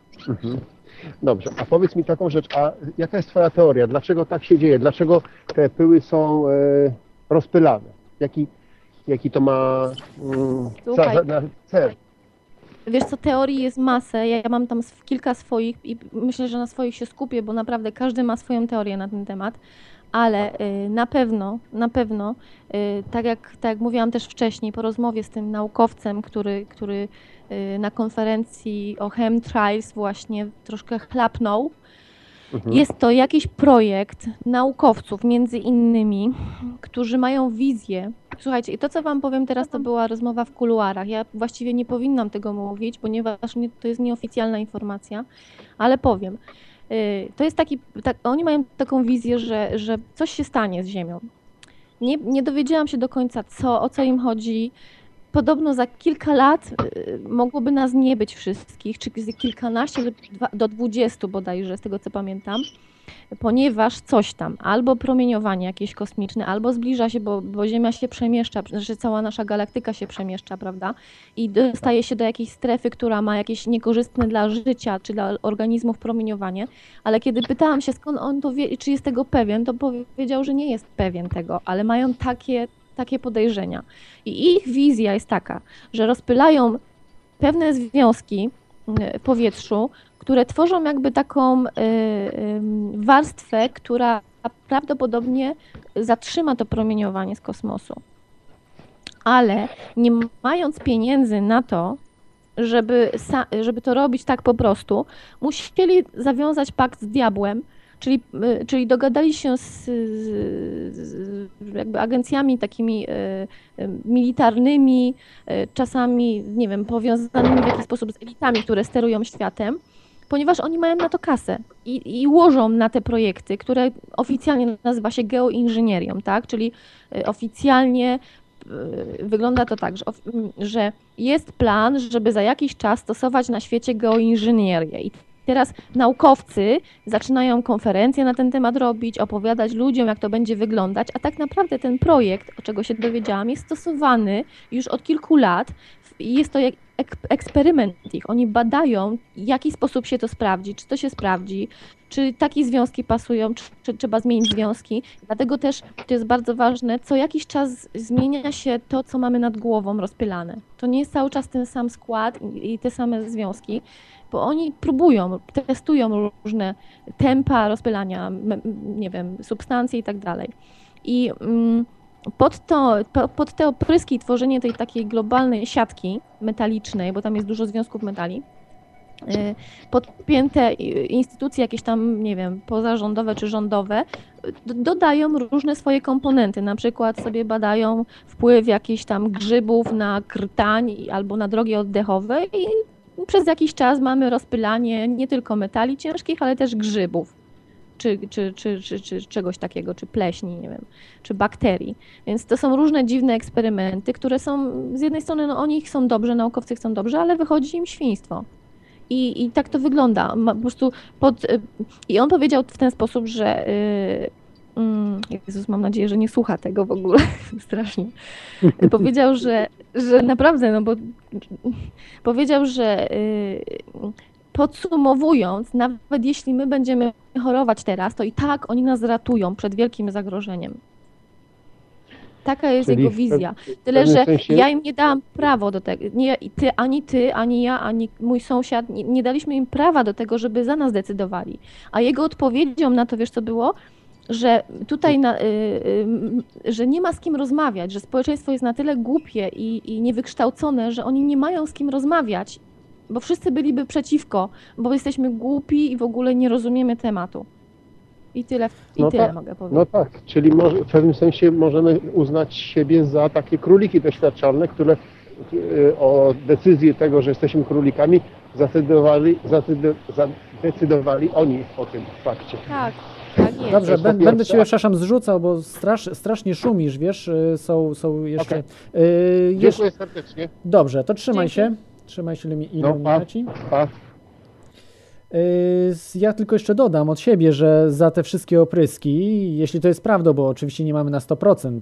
K: Dobrze, a powiedz mi taką rzecz, a jaka jest Twoja teoria? Dlaczego tak się dzieje? Dlaczego te pyły są rozpylane? Jaki to ma cel?
A: Wiesz co, teorii jest masę, ja mam tam kilka swoich i myślę, że na swoich się skupię, bo naprawdę każdy ma swoją teorię na ten temat, ale na pewno, tak jak mówiłam też wcześniej, po rozmowie z tym naukowcem, który na konferencji o chemtrails właśnie troszkę chlapnął, jest to jakiś projekt naukowców, między innymi, którzy mają wizję. Słuchajcie, i to, co Wam powiem teraz, to była rozmowa w kuluarach. Ja właściwie nie powinnam tego mówić, ponieważ to jest nieoficjalna informacja, ale powiem. To jest oni mają taką wizję, że coś się stanie z Ziemią. Nie dowiedziałam się do końca, o co im chodzi. Podobno za kilka lat mogłoby nas nie być wszystkich, czy kilkanaście do 20 bodajże, z tego co pamiętam, ponieważ coś tam, albo promieniowanie jakieś kosmiczne, albo zbliża się, bo Ziemia się przemieszcza, że cała nasza galaktyka się przemieszcza, prawda? I dostaje się do jakiejś strefy, która ma jakieś niekorzystne dla życia, czy dla organizmów promieniowanie, ale kiedy pytałam się, skąd on to wie, czy jest tego pewien, to powiedział, że nie jest pewien tego, ale mają takie podejrzenia. I ich wizja jest taka, że rozpylają pewne związki w powietrzu, które tworzą jakby taką warstwę, która prawdopodobnie zatrzyma to promieniowanie z kosmosu. Ale nie mając pieniędzy na to, żeby to robić tak po prostu, musieli zawiązać pakt z diabłem, czyli dogadali się z jakby agencjami takimi militarnymi, czasami, nie wiem, powiązanymi w jakiś sposób z elitami, które sterują światem, ponieważ oni mają na to kasę i łożą na te projekty, które oficjalnie nazywa się geoinżynierią, tak? Czyli oficjalnie wygląda to tak, że jest plan, żeby za jakiś czas stosować na świecie geoinżynierię. I teraz naukowcy zaczynają konferencje na ten temat robić, opowiadać ludziom, jak to będzie wyglądać, a tak naprawdę ten projekt, o czego się dowiedziałam, jest stosowany już od kilku lat. Jest to eksperyment ich. Oni badają, w jaki sposób się to sprawdzi, czy to się sprawdzi, czy takie związki pasują, czy trzeba zmienić związki. Dlatego też to jest bardzo ważne, co jakiś czas zmienia się to, co mamy nad głową rozpylane. To nie jest cały czas ten sam skład i te same związki, bo oni próbują, testują różne tempa rozpylania, nie wiem, substancje i tak dalej. I pod te opryski, tworzenie tej takiej globalnej siatki metalicznej, bo tam jest dużo związków metali, podpięte instytucje jakieś tam, nie wiem, pozarządowe czy rządowe, dodają różne swoje komponenty, na przykład sobie badają wpływ jakichś tam grzybów na krtań albo na drogi oddechowe i przez jakiś czas mamy rozpylanie nie tylko metali ciężkich, ale też grzybów. czy czegoś takiego, czy pleśni, nie wiem, czy bakterii. Więc to są różne dziwne eksperymenty, które są z jednej strony, no oni chcą dobrze, naukowcy chcą dobrze, ale wychodzi im świństwo. I tak to wygląda. Po prostu I on powiedział w ten sposób, że Jezus, mam nadzieję, że nie słucha tego w ogóle strasznie. Powiedział, że naprawdę, no bo powiedział, że podsumowując, nawet jeśli my będziemy chorować teraz, to i tak oni nas ratują przed wielkim zagrożeniem. Taka jest
K: Czyli
A: jego wizja. Tyle,
K: pewnym
A: że
K: sensie-
A: ja im nie dałam prawo do tego. Nie, ty, ani ja, ani mój sąsiad, nie daliśmy im prawa do tego, żeby za nas decydowali. A jego odpowiedzią na to, wiesz co było? Że tutaj, że nie ma z kim rozmawiać, że społeczeństwo jest na tyle głupie i niewykształcone, że oni nie mają z kim rozmawiać, bo wszyscy byliby przeciwko, bo jesteśmy głupi i w ogóle nie rozumiemy tematu. I tyle mogę powiedzieć.
K: No tak, czyli w pewnym sensie możemy uznać siebie za takie króliki doświadczalne, które o decyzję tego, że jesteśmy królikami, zadecydowali oni o tym fakcie.
A: Tak jest.
E: Dobrze, będę cię, przepraszam, zrzucał, bo strasznie szumisz, wiesz, są jeszcze...
K: Dziękuję serdecznie.
E: Dobrze, to trzymaj się, ile minęci. Ja tylko jeszcze dodam od siebie, że za te wszystkie opryski, jeśli to jest prawda, bo oczywiście nie mamy na 100%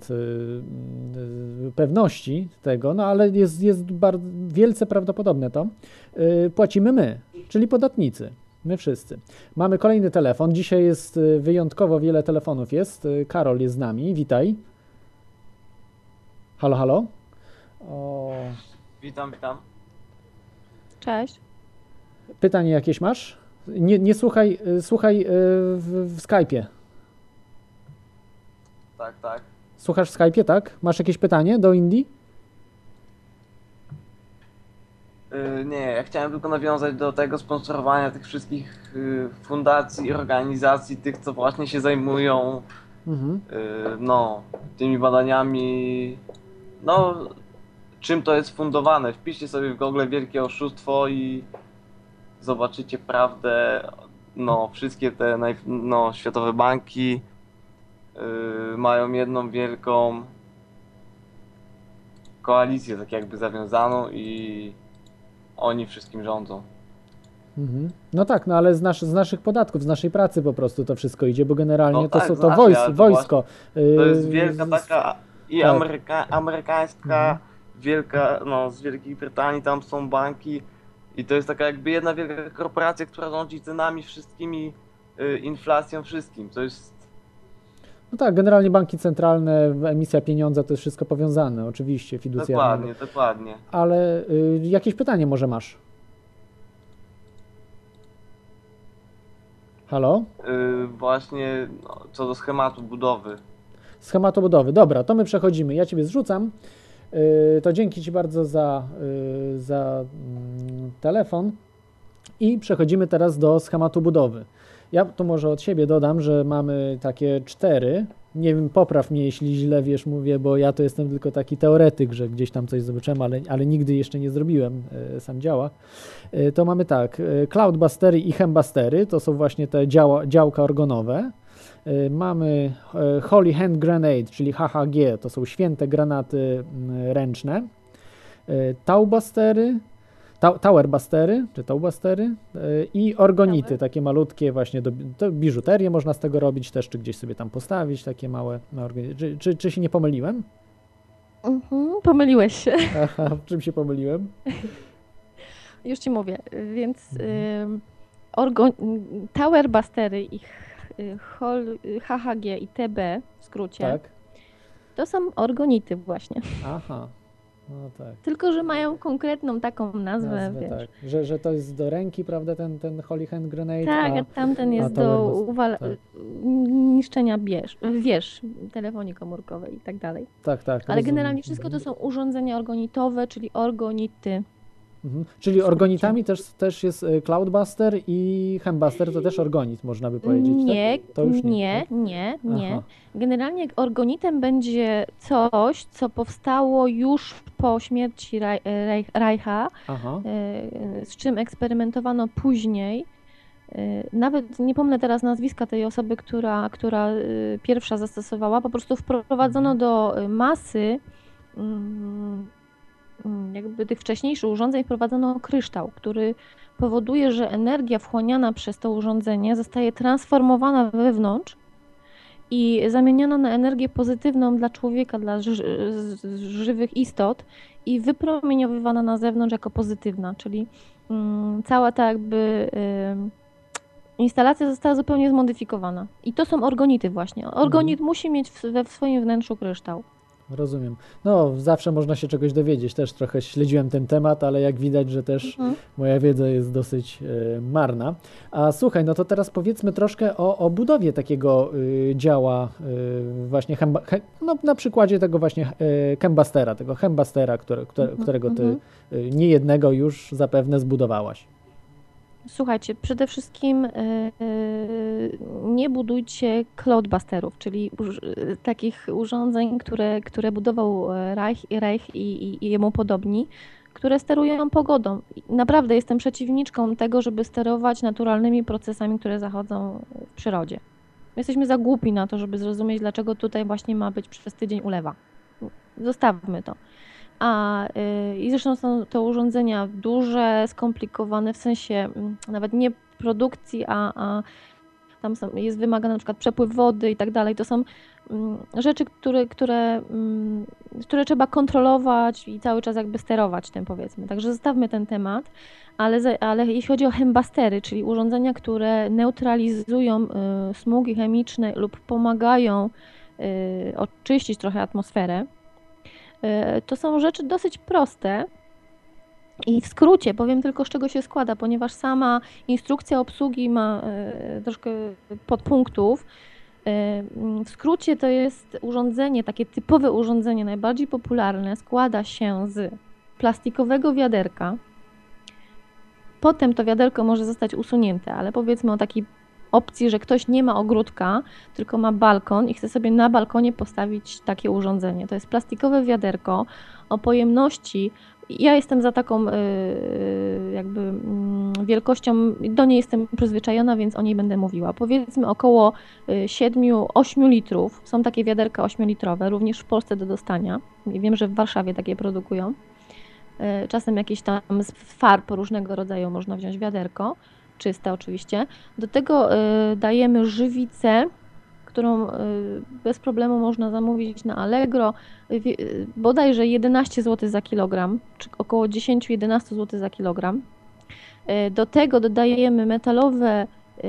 E: pewności tego, no ale jest bardzo wielce prawdopodobne to, płacimy my, czyli podatnicy. My wszyscy. Mamy kolejny telefon. Dzisiaj jest wyjątkowo wiele telefonów jest. Karol jest z nami. Witaj. Halo, halo.
L: Witam.
A: Cześć.
E: Pytanie jakieś masz? Nie słuchaj w Skype'ie.
L: Tak.
E: Słuchasz w Skype'ie, tak? Masz jakieś pytanie do Indii?
L: Nie, ja chciałem tylko nawiązać do tego sponsorowania tych wszystkich fundacji i organizacji, tych co właśnie się zajmują tymi badaniami, czym to jest fundowane. Wpiszcie sobie w Google wielkie oszustwo i zobaczycie prawdę. Wszystkie te światowe banki mają jedną wielką koalicję tak jakby zawiązaną i oni wszystkim rządzą.
E: No tak, ale z naszych podatków, z naszej pracy po prostu to wszystko idzie, bo generalnie to wojsko.
L: To jest wielka taka i amerykańska, wielka, z Wielkiej Brytanii tam są banki i to jest taka jakby jedna wielka korporacja, która rządzi cenami wszystkimi, inflacją wszystkim. To jest...
E: No tak, generalnie banki centralne, emisja pieniądza, to jest wszystko powiązane, oczywiście, fiducjarnie.
L: Dokładnie.
E: Ale jakieś pytanie może masz? Halo?
L: Właśnie co do schematu budowy.
E: Schematu budowy, dobra, to my przechodzimy. Ja Ciebie zrzucam. To dzięki Ci bardzo za telefon i przechodzimy teraz do schematu budowy. Ja tu może od siebie dodam, że mamy takie 4. Nie wiem, popraw mnie, jeśli źle mówię, bo ja to jestem tylko taki teoretyk, że gdzieś tam coś zobaczyłem, ale nigdy jeszcze nie zrobiłem, sam działa. To mamy tak, Cloudbustery i Hembustery, to są właśnie te działka organowe. Mamy Holy Hand Grenade, czyli HHG, to są święte granaty ręczne. Towerbustery, czy Towbustery i orgonity, takie malutkie właśnie, to biżuterię można z tego robić też, czy gdzieś sobie tam postawić, takie małe orgonity. Czy się nie pomyliłem?
A: Pomyliłeś się.
E: Aha, w czym się pomyliłem?
A: Już Ci mówię, więc Towerbustery i HHG i TB w skrócie,
E: tak.
A: To są orgonity właśnie.
E: Aha. No tak.
A: Tylko, że mają konkretną taką nazwę, wiesz.
E: Tak. Że to jest do ręki, prawda, ten Holy Hand Grenade?
A: Tak, a tamten jest do niszczenia wież, telefonii komórkowej i tak dalej.
E: Tak.
A: Ale generalnie wszystko to są urządzenia orgonitowe, czyli orgonity.
E: Czyli orgonitami też jest Cloudbuster i Hembuster, to też orgonit, można by powiedzieć,
A: nie,
E: tak? To już
A: nie. Generalnie orgonitem będzie coś, co powstało już po śmierci Reicha, z czym eksperymentowano później Nawet nie pomnę teraz nazwiska tej osoby, która pierwsza zastosowała, po prostu wprowadzono do masy jakby tych wcześniejszych urządzeń wprowadzono kryształ, który powoduje, że energia wchłaniana przez to urządzenie zostaje transformowana wewnątrz i zamieniona na energię pozytywną dla człowieka, dla żywych istot i wypromieniowywana na zewnątrz jako pozytywna, czyli cała ta jakby instalacja została zupełnie zmodyfikowana. I to są orgonity właśnie. Orgonit musi mieć we swoim wnętrzu kryształ.
E: Rozumiem. No, zawsze można się czegoś dowiedzieć. Też trochę śledziłem ten temat, ale jak widać, że też moja wiedza jest dosyć marna. A słuchaj, no to teraz powiedzmy troszkę o budowie takiego działa właśnie, no, na przykładzie tego właśnie Chembustera, którego ty niejednego już zapewne zbudowałaś.
A: Słuchajcie, przede wszystkim nie budujcie cloudbusterów, czyli takich urządzeń, które budował Reich i jemu podobni, które sterują pogodą. Naprawdę jestem przeciwniczką tego, żeby sterować naturalnymi procesami, które zachodzą w przyrodzie. Jesteśmy za głupi na to, żeby zrozumieć, dlaczego tutaj właśnie ma być przez tydzień ulewa. Zostawmy to. I zresztą są to urządzenia duże, skomplikowane, w sensie nawet nie produkcji, a tam jest wymagany na przykład przepływ wody i tak dalej. To są rzeczy, które trzeba kontrolować i cały czas jakby sterować tym, powiedzmy. Także zostawmy ten temat, ale jeśli chodzi o chembustery, czyli urządzenia, które neutralizują smugi chemiczne lub pomagają oczyścić trochę atmosferę, to są rzeczy dosyć proste i w skrócie powiem tylko, z czego się składa, ponieważ sama instrukcja obsługi ma troszkę podpunktów. W skrócie to jest urządzenie, takie typowe urządzenie, najbardziej popularne, składa się z plastikowego wiaderka. Potem to wiaderko może zostać usunięte, ale powiedzmy o takiej opcji, że ktoś nie ma ogródka, tylko ma balkon i chce sobie na balkonie postawić takie urządzenie. To jest plastikowe wiaderko o pojemności. Ja jestem za taką jakby wielkością, do niej jestem przyzwyczajona, więc o niej będę mówiła. Powiedzmy około 7-8 litrów. Są takie wiaderka 8-litrowe, również w Polsce do dostania. Wiem, że w Warszawie takie produkują. Czasem jakieś tam z farb różnego rodzaju można wziąć wiaderko. Czyste oczywiście. Do tego dajemy żywicę, którą bez problemu można zamówić na Allegro, bodajże 11 zł za kilogram, czy około 10-11 zł za kilogram. Do tego dodajemy metalowe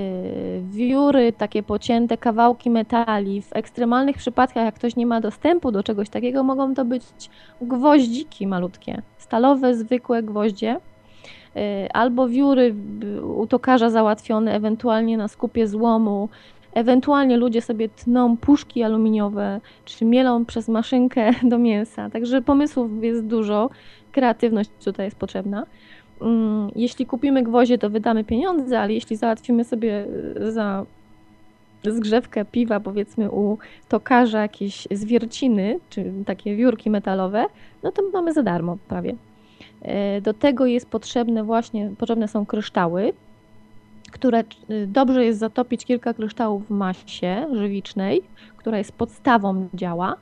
A: wióry, takie pocięte kawałki metali. W ekstremalnych przypadkach, jak ktoś nie ma dostępu do czegoś takiego, mogą to być gwoździki malutkie, stalowe, zwykłe gwoździe, albo wióry u tokarza załatwione, ewentualnie na skupie złomu, ewentualnie ludzie sobie tną puszki aluminiowe, czy mielą przez maszynkę do mięsa. Także pomysłów jest dużo, kreatywność tutaj jest potrzebna. Jeśli kupimy gwoździe, to wydamy pieniądze, ale jeśli załatwimy sobie za zgrzewkę piwa, powiedzmy u tokarza jakieś zwierciny, czy takie wiórki metalowe, no to mamy za darmo prawie. Do tego jest potrzebne są kryształy, które dobrze jest zatopić kilka kryształów w masie żywicznej, która jest podstawą działa,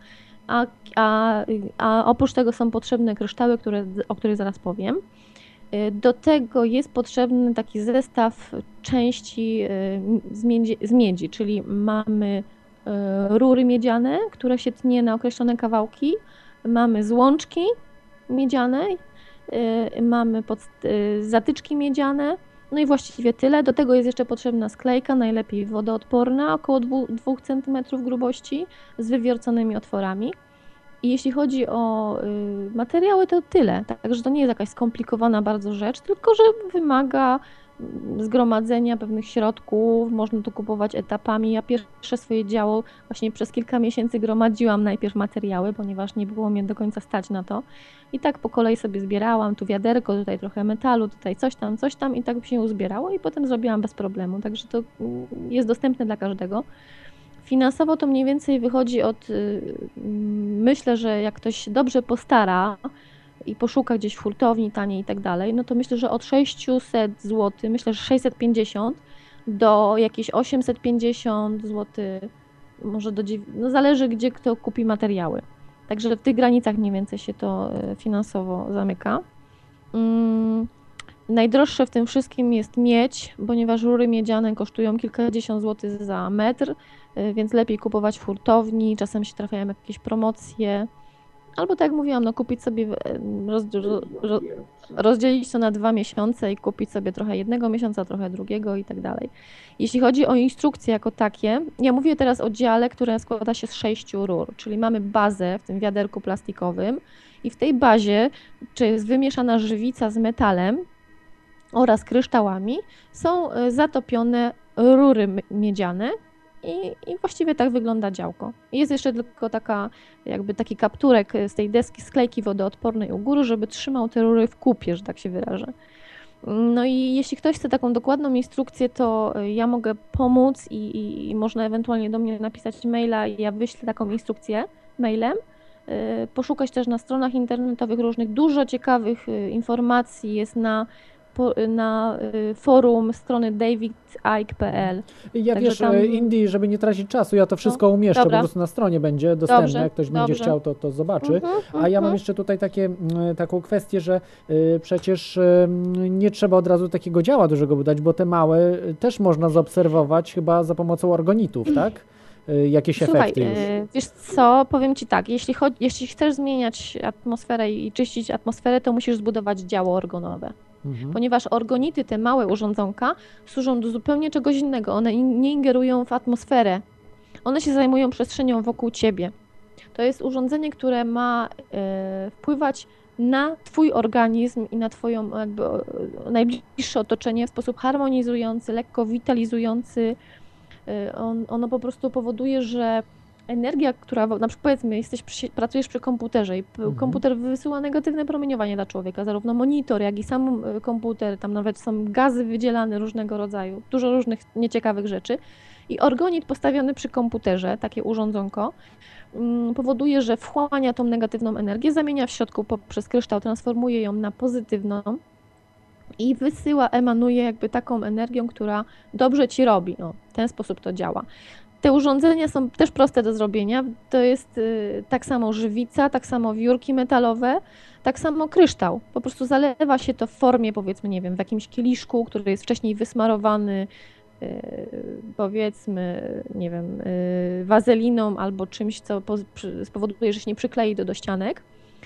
A: a oprócz tego są potrzebne kryształy, o których zaraz powiem. Do tego jest potrzebny taki zestaw części z miedzi, czyli mamy rury miedziane, które się tnie na określone kawałki, mamy złączki miedziane, mamy zatyczki miedziane, no i właściwie tyle. Do tego jest jeszcze potrzebna sklejka, najlepiej wodoodporna, około 2 cm grubości, z wywierconymi otworami. I jeśli chodzi o materiały, to tyle. Także to nie jest jakaś skomplikowana bardzo rzecz, tylko że wymaga zgromadzenia pewnych środków, można to kupować etapami. Ja pierwsze swoje działo właśnie przez kilka miesięcy gromadziłam najpierw materiały, ponieważ nie było mnie do końca stać na to. I tak po kolei sobie zbierałam, tu wiaderko, tutaj trochę metalu, tutaj coś tam i tak się uzbierało i potem zrobiłam bez problemu. Także to jest dostępne dla każdego. Finansowo to mniej więcej wychodzi myślę, że jak ktoś się dobrze postara i poszuka gdzieś w hurtowni taniej i tak dalej, no to myślę, że od 600 zł, myślę, że 650 do jakieś 850 zł, może do no zależy gdzie kto kupi materiały. Także w tych granicach mniej więcej się to finansowo zamyka. Najdroższe w tym wszystkim jest miedź, ponieważ rury miedziane kosztują kilkadziesiąt złotych za metr, więc lepiej kupować w hurtowni, czasem się trafiają jakieś promocje. Albo tak jak mówiłam, no kupić sobie, rozdzielić to na 2 miesiące i kupić sobie trochę jednego miesiąca, trochę drugiego i tak dalej. Jeśli chodzi o instrukcje jako takie, ja mówię teraz o dziale, które składa się z 6 rur, czyli mamy bazę w tym wiaderku plastikowym i w tej bazie, czy jest wymieszana żywica z metalem oraz kryształami, są zatopione rury miedziane, i właściwie tak wygląda działko. Jest jeszcze tylko taki kapturek z tej deski sklejki wodoodpornej u góry, żeby trzymał te rury w kupie, że tak się wyrażę. No i jeśli ktoś chce taką dokładną instrukcję, to ja mogę pomóc i można ewentualnie do mnie napisać maila i ja wyślę taką instrukcję mailem. Poszukać też na stronach internetowych różnych dużo ciekawych informacji jest na forum strony davidike.pl.
E: Ja wiesz, tam... Indy, żeby nie tracić czasu, ja to wszystko umieszczę, po prostu na stronie będzie dostępne, jak ktoś będzie chciał, to zobaczy. A ja mam jeszcze tutaj taką kwestię, że przecież nie trzeba od razu takiego działa dużego budować, bo te małe też można zaobserwować chyba za pomocą organitów, tak? Jakieś efekty już.
A: Wiesz co, powiem Ci tak, jeśli chcesz zmieniać atmosferę i czyścić atmosferę, to musisz zbudować działo organowe. Ponieważ orgonity, te małe urządzonka, służą do zupełnie czegoś innego. One nie ingerują w atmosferę. One się zajmują przestrzenią wokół Ciebie. To jest urządzenie, które ma wpływać na Twój organizm i na Twoją najbliższe otoczenie w sposób harmonizujący, lekko witalizujący. Ono po prostu powoduje, że energia, która, na przykład powiedzmy, pracujesz przy komputerze i komputer wysyła negatywne promieniowanie dla człowieka, zarówno monitor, jak i sam komputer, tam nawet są gazy wydzielane różnego rodzaju, dużo różnych nieciekawych rzeczy i orgonit postawiony przy komputerze, takie urządzonko, powoduje, że wchłania tą negatywną energię, zamienia w środku poprzez kryształ, transformuje ją na pozytywną i emanuje jakby taką energią, która dobrze Ci robi. W ten sposób to działa. Te urządzenia są też proste do zrobienia. To jest tak samo żywica, tak samo wiórki metalowe, tak samo kryształ. Po prostu zalewa się to w formie, powiedzmy, nie wiem, w jakimś kieliszku, który jest wcześniej wysmarowany, powiedzmy, nie wiem, wazeliną albo czymś, co spowoduje, że się nie przyklei do ścianek.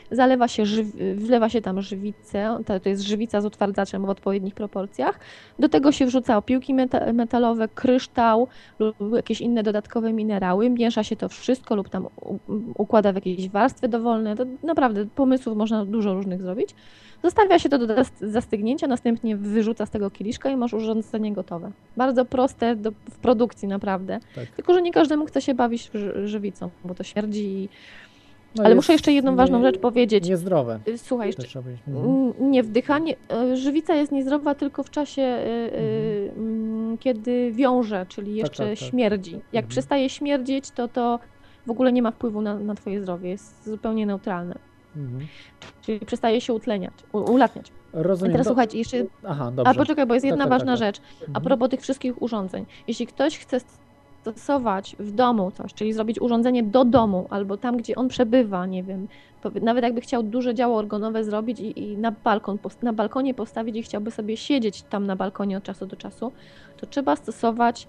A: Wlewa się tam żywicę, to jest żywica z utwardzaczem w odpowiednich proporcjach. Do tego się wrzuca opiłki metalowe, kryształ lub jakieś inne dodatkowe minerały. Miesza się to wszystko lub tam układa w jakieś warstwy dowolne. To naprawdę pomysłów można dużo różnych zrobić. Zostawia się to do zastygnięcia, następnie wyrzuca z tego kieliszka i masz urządzenie gotowe. Bardzo proste w produkcji naprawdę. Tak. Tylko że nie każdemu chce się bawić żywicą, bo to śmierdzi. Ale muszę jeszcze jedną ważną rzecz powiedzieć.
E: Niezdrowe.
A: Słuchaj, jeszcze. Nie, wdychanie. Żywica jest niezdrowa tylko w czasie, kiedy wiąże, czyli jeszcze śmierdzi. Jak przestaje śmierdzieć, to w ogóle nie ma wpływu na Twoje zdrowie. Jest zupełnie neutralne. Czyli przestaje się ulatniać.
E: Rozumiem.
A: I teraz słuchajcie, jeszcze.
E: Aha, dobrze.
A: A poczekaj, bo jest jedna ważna rzecz. A propos tych wszystkich urządzeń. Jeśli ktoś chce stosować w domu coś, czyli zrobić urządzenie do domu albo tam, gdzie on przebywa, nie wiem, nawet jakby chciał duże działo organowe zrobić i na balkonie postawić i chciałby sobie siedzieć tam na balkonie od czasu do czasu, to trzeba stosować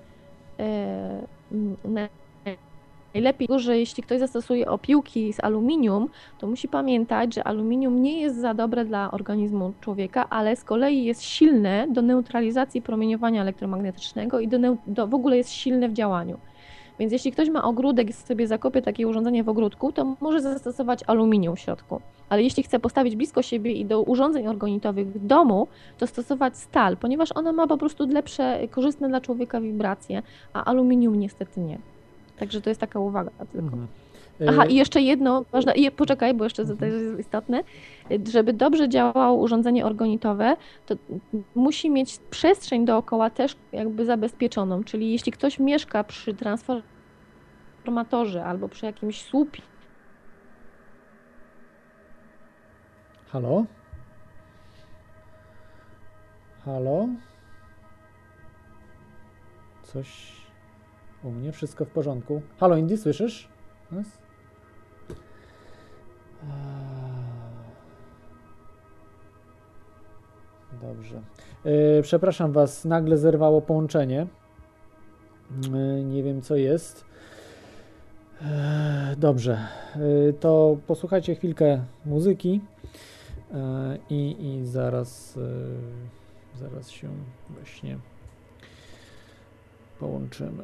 A: najlepiej, że jeśli ktoś zastosuje opiłki z aluminium, to musi pamiętać, że aluminium nie jest za dobre dla organizmu człowieka, ale z kolei jest silne do neutralizacji promieniowania elektromagnetycznego i w ogóle jest silne w działaniu. Więc jeśli ktoś ma ogródek i sobie zakopie takie urządzenie w ogródku, to może zastosować aluminium w środku. Ale jeśli chce postawić blisko siebie i do urządzeń organitowych w domu, to stosować stal, ponieważ ona ma po prostu lepsze, korzystne dla człowieka wibracje, a aluminium niestety nie. Także to jest taka uwaga tylko. Aha, i jeszcze jedno ważne, poczekaj, bo jeszcze to jest istotne, żeby dobrze działało urządzenie orgonitowe, to musi mieć przestrzeń dookoła też jakby zabezpieczoną, czyli jeśli ktoś mieszka przy transformatorze albo przy jakimś słupie.
E: Halo? Halo? Coś u mnie, wszystko w porządku. Halo Indy, słyszysz nas? Dobrze. Przepraszam Was, nagle zerwało połączenie. Nie wiem co jest. Dobrze, to posłuchajcie chwilkę muzyki i zaraz się właśnie połączymy.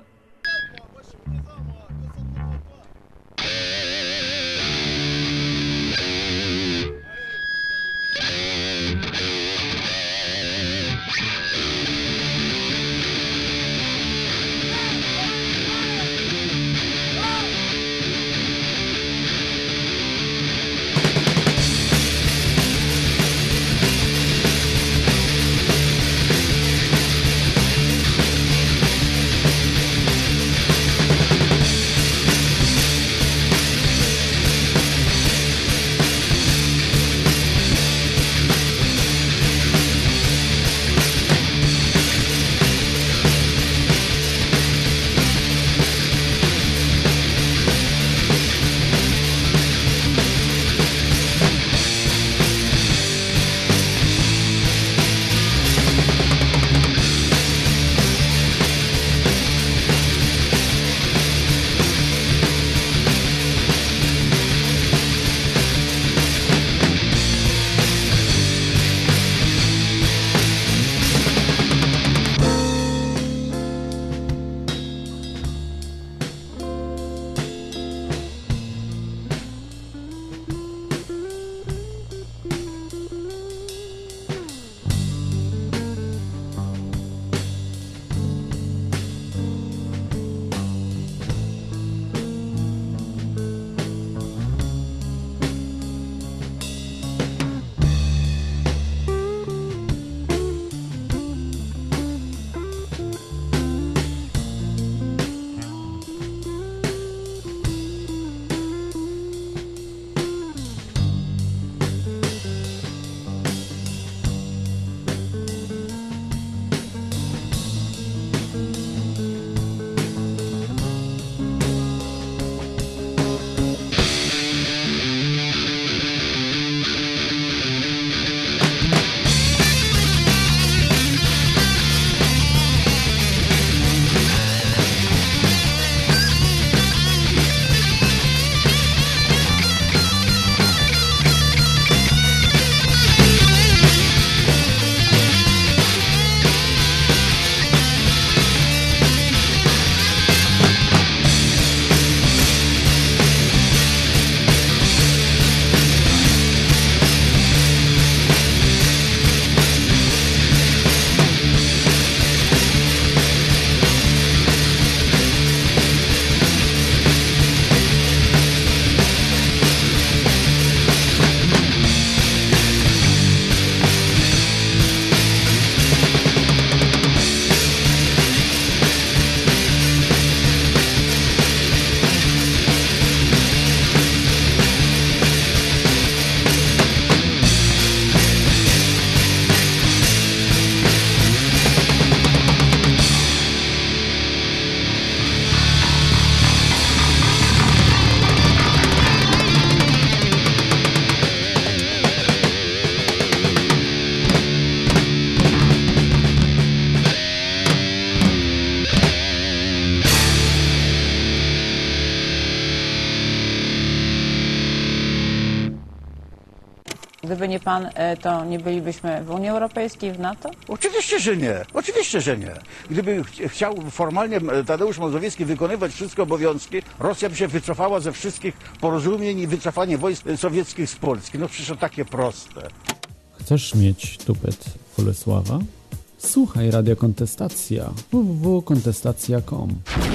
M: Gdyby nie pan, to nie bylibyśmy w Unii Europejskiej, w NATO?
N: Oczywiście, że nie. Oczywiście, że nie. Gdyby chciał formalnie Tadeusz Mazowiecki wykonywać wszystkie obowiązki, Rosja by się wycofała ze wszystkich porozumień i wycofanie wojsk sowieckich z Polski. No przecież to takie proste.
E: Chcesz mieć tupet Bolesława? Słuchaj Radia Kontestacja www.kontestacja.com.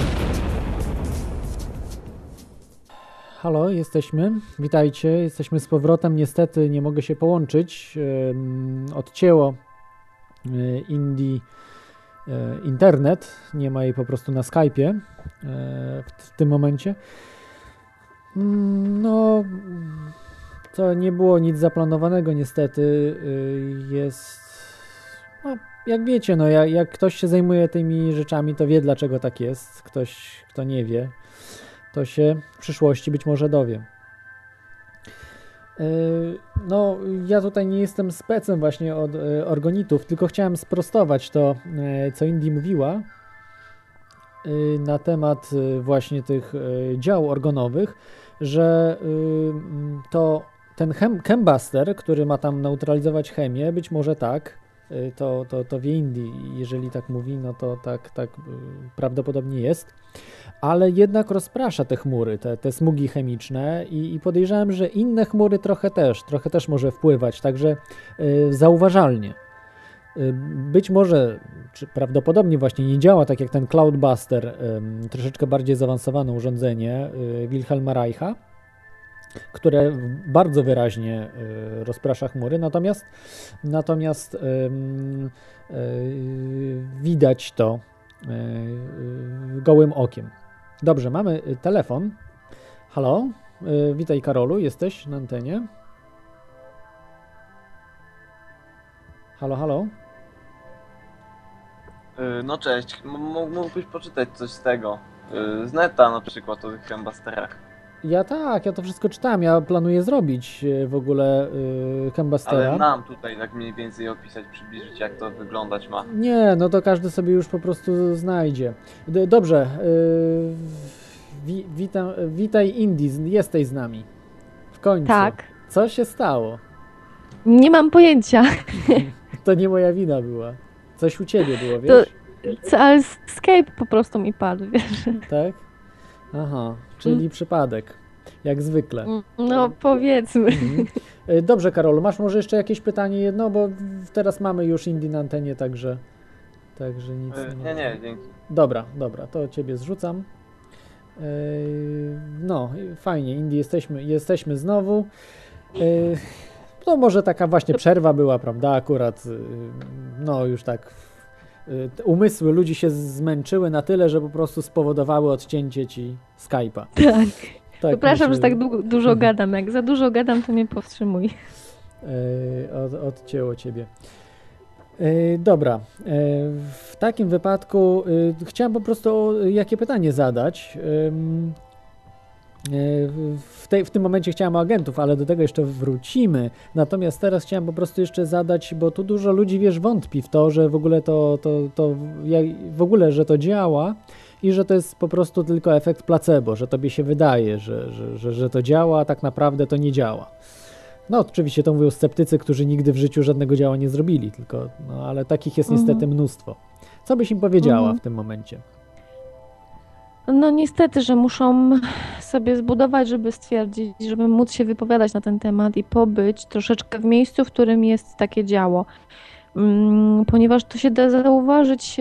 E: Halo, jesteśmy. Witajcie, jesteśmy z powrotem. Niestety nie mogę się połączyć. Odcięło Indii internet. Nie ma jej po prostu na Skype'ie w tym momencie. No, to nie było nic zaplanowanego niestety. Jest... No, jak wiecie, no jak ktoś się zajmuje tymi rzeczami, to wie, dlaczego tak jest. Ktoś, kto nie wie, to się w przyszłości być może dowie. No, ja tutaj nie jestem specem właśnie od orgonitów, tylko chciałem sprostować to, co Indy mówiła na temat właśnie tych dział organowych, że to ten chembuster, który ma tam neutralizować chemię, być może tak, to wie Indy, jeżeli tak mówi, no to tak prawdopodobnie jest, ale jednak rozprasza te chmury, te smugi chemiczne i podejrzewam, że inne chmury trochę też może wpływać, także zauważalnie. Być może, czy prawdopodobnie właśnie nie działa tak jak ten Cloudbuster, troszeczkę bardziej zaawansowane urządzenie Wilhelma Reicha, które bardzo wyraźnie rozprasza chmury, natomiast widać to gołym okiem. Dobrze, mamy telefon. Halo? Witaj, Karolu, jesteś na antenie? Halo?
L: No cześć, mógłbyś poczytać coś z tego, z neta na przykład o tych chembusterach.
E: Ja to wszystko czytałem, ja planuję zrobić w ogóle chembustera.
L: Ale nam tutaj tak mniej więcej opisać, przybliżyć jak to wyglądać ma.
E: Nie, no to każdy sobie już po prostu znajdzie. Dobrze, witaj Indy, jesteś z nami. W końcu.
A: Tak.
E: Co się stało?
A: Nie mam pojęcia.
E: To nie moja wina była. Coś u ciebie było, wiesz?
A: Ale Skype po prostu mi padł, wiesz.
E: Tak? Aha, czyli przypadek. Jak zwykle.
A: No powiedzmy.
E: Dobrze, Karolu, masz może jeszcze jakieś pytanie jedno, bo teraz mamy już Indy na antenie, także nic
L: nie, dzięki.
E: Dobra, to ciebie zrzucam. No, fajnie, Indy, jesteśmy znowu. To może taka właśnie przerwa była, prawda, akurat, no już tak umysły ludzi się zmęczyły na tyle, że po prostu spowodowały odcięcie ci Skype'a.
A: Tak. Przepraszam, że tak dużo gadam. Jak za dużo gadam, to mnie powstrzymuj.
E: Odcięło ciebie. Dobra. W takim wypadku chciałem po prostu jakie pytanie zadać. W tym momencie chciałem o agentów, ale do tego jeszcze wrócimy. Natomiast teraz chciałem po prostu jeszcze zadać, bo tu dużo ludzi, wiesz, wątpi w to, że w ogóle że to działa i że to jest po prostu tylko efekt placebo, że tobie się wydaje, że to działa, a tak naprawdę to nie działa. No oczywiście to mówią sceptycy, którzy nigdy w życiu żadnego działa nie zrobili, tylko, no ale takich jest niestety mnóstwo. Co byś im powiedziała w tym momencie?
A: No niestety, że muszą sobie zbudować, żeby stwierdzić, żeby móc się wypowiadać na ten temat i pobyć troszeczkę w miejscu, w którym jest takie działo. Ponieważ to się da zauważyć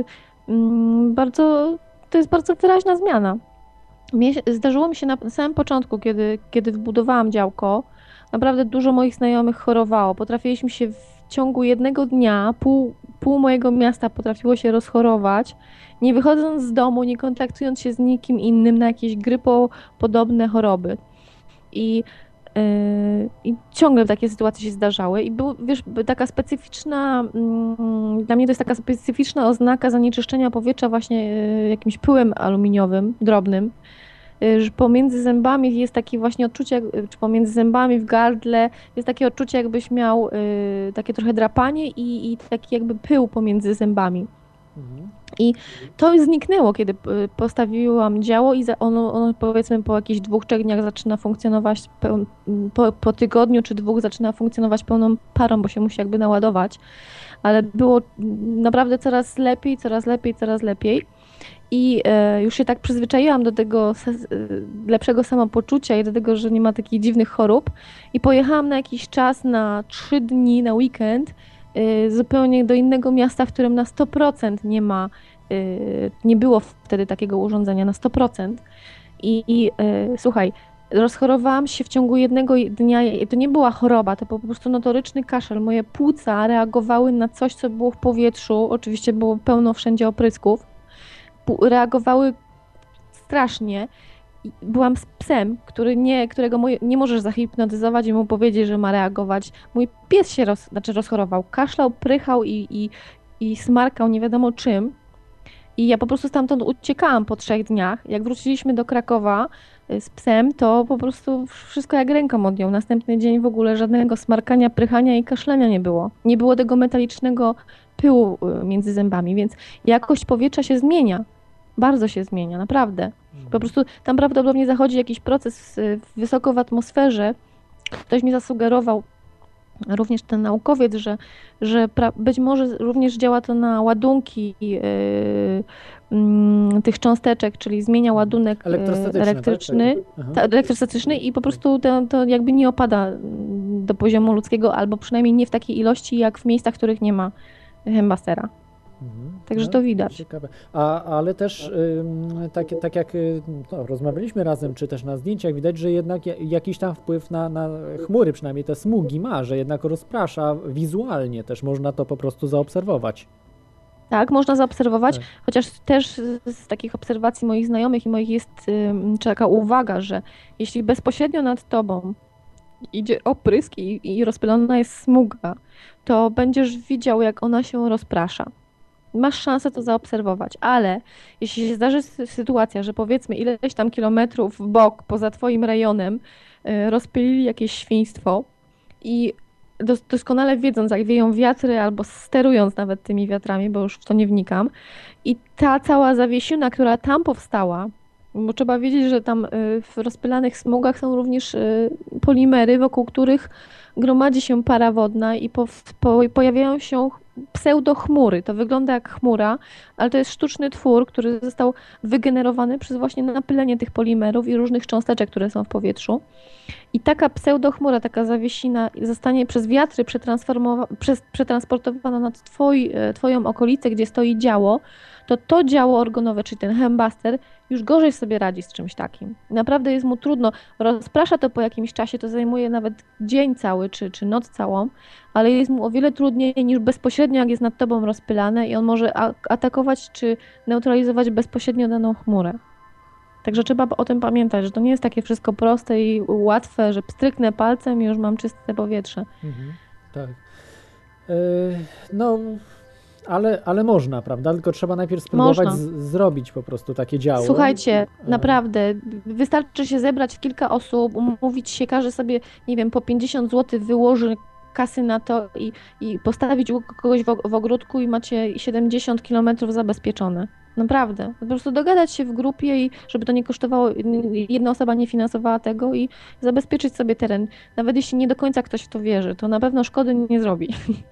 A: to jest bardzo wyraźna zmiana. Zdarzyło mi się na samym początku, kiedy wbudowałam działko, naprawdę dużo moich znajomych chorowało. Potrafiliśmy się w ciągu jednego dnia, pół mojego miasta potrafiło się rozchorować, nie wychodząc z domu, nie kontaktując się z nikim innym na jakieś grypopodobne choroby. I ciągle takie sytuacje się zdarzały i taka specyficzna, dla mnie to jest taka specyficzna oznaka zanieczyszczenia powietrza właśnie jakimś pyłem aluminiowym, drobnym, że pomiędzy zębami jest takie właśnie odczucie, czy pomiędzy zębami w gardle jest takie odczucie, jakbyś miał takie trochę drapanie i taki jakby pył pomiędzy zębami. I to zniknęło, kiedy postawiłam działo i ono powiedzmy po jakichś 2-3 dniach zaczyna funkcjonować, po tygodniu czy 2 zaczyna funkcjonować pełną parą, bo się musi jakby naładować, ale było naprawdę coraz lepiej. I już się tak przyzwyczaiłam do tego lepszego samopoczucia i do tego, że nie ma takich dziwnych chorób i pojechałam na jakiś czas, na 3 dni, na weekend, zupełnie do innego miasta, w którym na 100% nie było wtedy takiego urządzenia, na 100%. Słuchaj, rozchorowałam się w ciągu jednego dnia, to nie była choroba, to po prostu notoryczny kaszel. Moje płuca reagowały na coś, co było w powietrzu, oczywiście było pełno wszędzie oprysków, reagowały strasznie. Byłam z psem, którego nie możesz zahipnotyzować i mu powiedzieć, że ma reagować. Mój pies się rozchorował, kaszlał, prychał i i smarkał nie wiadomo czym. I ja po prostu stamtąd uciekałam po 3 dniach. Jak wróciliśmy do Krakowa z psem, to po prostu wszystko jak ręką odjął. Następny dzień w ogóle żadnego smarkania, prychania i kaszlenia nie było. Nie było tego metalicznego pyłu między zębami, więc jakość powietrza się zmienia. Bardzo się zmienia, naprawdę. Po prostu tam prawdopodobnie zachodzi jakiś proces wysoko w atmosferze. Ktoś mi zasugerował, również ten naukowiec, że być może również działa to na ładunki tych cząsteczek, czyli zmienia ładunek elektryczny,
E: tak?
A: Elektrostatyczny i po prostu to jakby nie opada do poziomu ludzkiego, albo przynajmniej nie w takiej ilości, jak w miejscach, w których nie ma Hembastera. Także to widać.
E: Ciekawe. Ale też tak jak rozmawialiśmy razem, czy też na zdjęciach widać, że jednak jakiś tam wpływ na chmury, przynajmniej te smugi ma, że jednak rozprasza wizualnie, też można to po prostu zaobserwować.
A: Tak, można zaobserwować, chociaż też z takich obserwacji moich znajomych i moich jest taka uwaga, że jeśli bezpośrednio nad tobą idzie oprysk i rozpylona jest smuga, to będziesz widział, jak ona się rozprasza. Masz szansę to zaobserwować, ale jeśli się zdarzy sytuacja, że powiedzmy ileś tam kilometrów w bok, poza twoim rejonem, rozpylili jakieś świństwo i doskonale wiedząc, jak wieją wiatry, albo sterując nawet tymi wiatrami, bo już w to nie wnikam, i ta cała zawiesina, która tam powstała, bo trzeba wiedzieć, że tam w rozpylanych smugach są również polimery, wokół których gromadzi się para wodna i pojawiają się pseudochmury. To wygląda jak chmura, ale to jest sztuczny twór, który został wygenerowany przez właśnie napylenie tych polimerów i różnych cząsteczek, które są w powietrzu. I taka pseudochmura, taka zawiesina zostanie przez wiatry przetransportowana nad twoją okolicę, gdzie stoi działo, to działo organowe, czyli ten Hembaster, już gorzej sobie radzi z czymś takim. Naprawdę jest mu trudno. Rozprasza to po jakimś czasie, to zajmuje nawet dzień cały, czy noc całą, ale jest mu o wiele trudniej niż bezpośrednio, jak jest nad tobą rozpylane i on może atakować czy neutralizować bezpośrednio daną chmurę. Także trzeba o tym pamiętać, że to nie jest takie wszystko proste i łatwe, że pstryknę palcem i już mam czyste powietrze.
E: Tak. Ale można, prawda? Tylko trzeba najpierw spróbować zrobić po prostu takie działo.
A: Słuchajcie, naprawdę, wystarczy się zebrać kilka osób, umówić się, każdy sobie, nie wiem, po 50 zł wyłoży kasy na to i postawić kogoś w ogródku i macie 70 km zabezpieczone. Naprawdę. Po prostu dogadać się w grupie i żeby to nie kosztowało, jedna osoba nie finansowała tego i zabezpieczyć sobie teren. Nawet jeśli nie do końca ktoś w to wierzy, to na pewno szkody nie zrobi.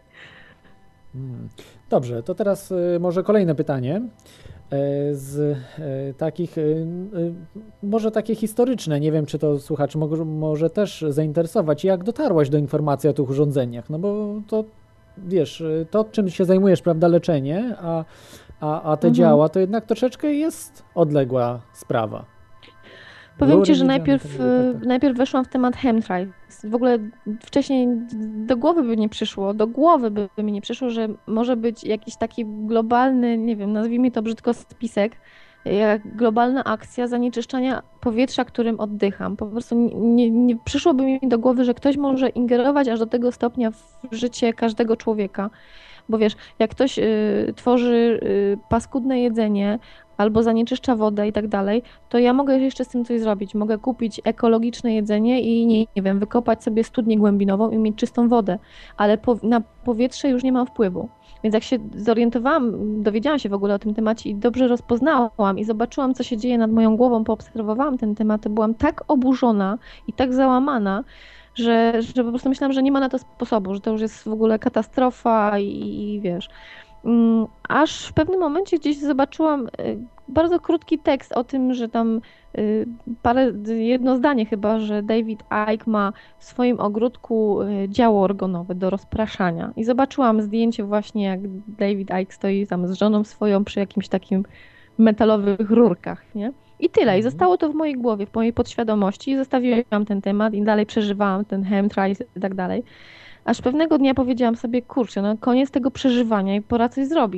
E: Dobrze, to teraz może kolejne pytanie z takich, może takie historyczne, nie wiem, czy to słuchacz może też zainteresować. Jak dotarłaś do informacji o tych urządzeniach? No bo to, wiesz, to czym się zajmujesz, prawda, leczenie, a te działa, to jednak troszeczkę jest odległa sprawa.
A: Powiem Ci, że najpierw weszłam w temat chemtrails. W ogóle wcześniej do głowy by mi nie przyszło, że może być jakiś taki globalny, nie wiem, nazwijmy to brzydko spisek, jak globalna akcja zanieczyszczania powietrza, którym oddycham. Po prostu nie przyszłoby mi do głowy, że ktoś może ingerować aż do tego stopnia w życie każdego człowieka. Bo wiesz, jak ktoś tworzy paskudne jedzenie albo zanieczyszcza wodę i tak dalej, to ja mogę jeszcze z tym coś zrobić. Mogę kupić ekologiczne jedzenie i nie wiem, wykopać sobie studnię głębinową i mieć czystą wodę, ale na powietrze już nie mam wpływu. Więc jak się zorientowałam, dowiedziałam się w ogóle o tym temacie i dobrze rozpoznałam i zobaczyłam, co się dzieje nad moją głową, poobserwowałam ten temat, to byłam tak oburzona i tak załamana, że po prostu myślałam, że nie ma na to sposobu, że to już jest w ogóle katastrofa i wiesz. Aż w pewnym momencie gdzieś zobaczyłam bardzo krótki tekst o tym, że tam jedno zdanie chyba, że David Icke ma w swoim ogródku działo organowe do rozpraszania. I zobaczyłam zdjęcie właśnie, jak David Icke stoi tam z żoną swoją przy jakimś takim metalowych rurkach, nie? I tyle. I zostało to w mojej głowie, w mojej podświadomości i zostawiłam ten temat i dalej przeżywałam ten chemtrails i tak dalej. Aż pewnego dnia powiedziałam sobie, kurczę, no koniec tego przeżywania i pora coś zrobić.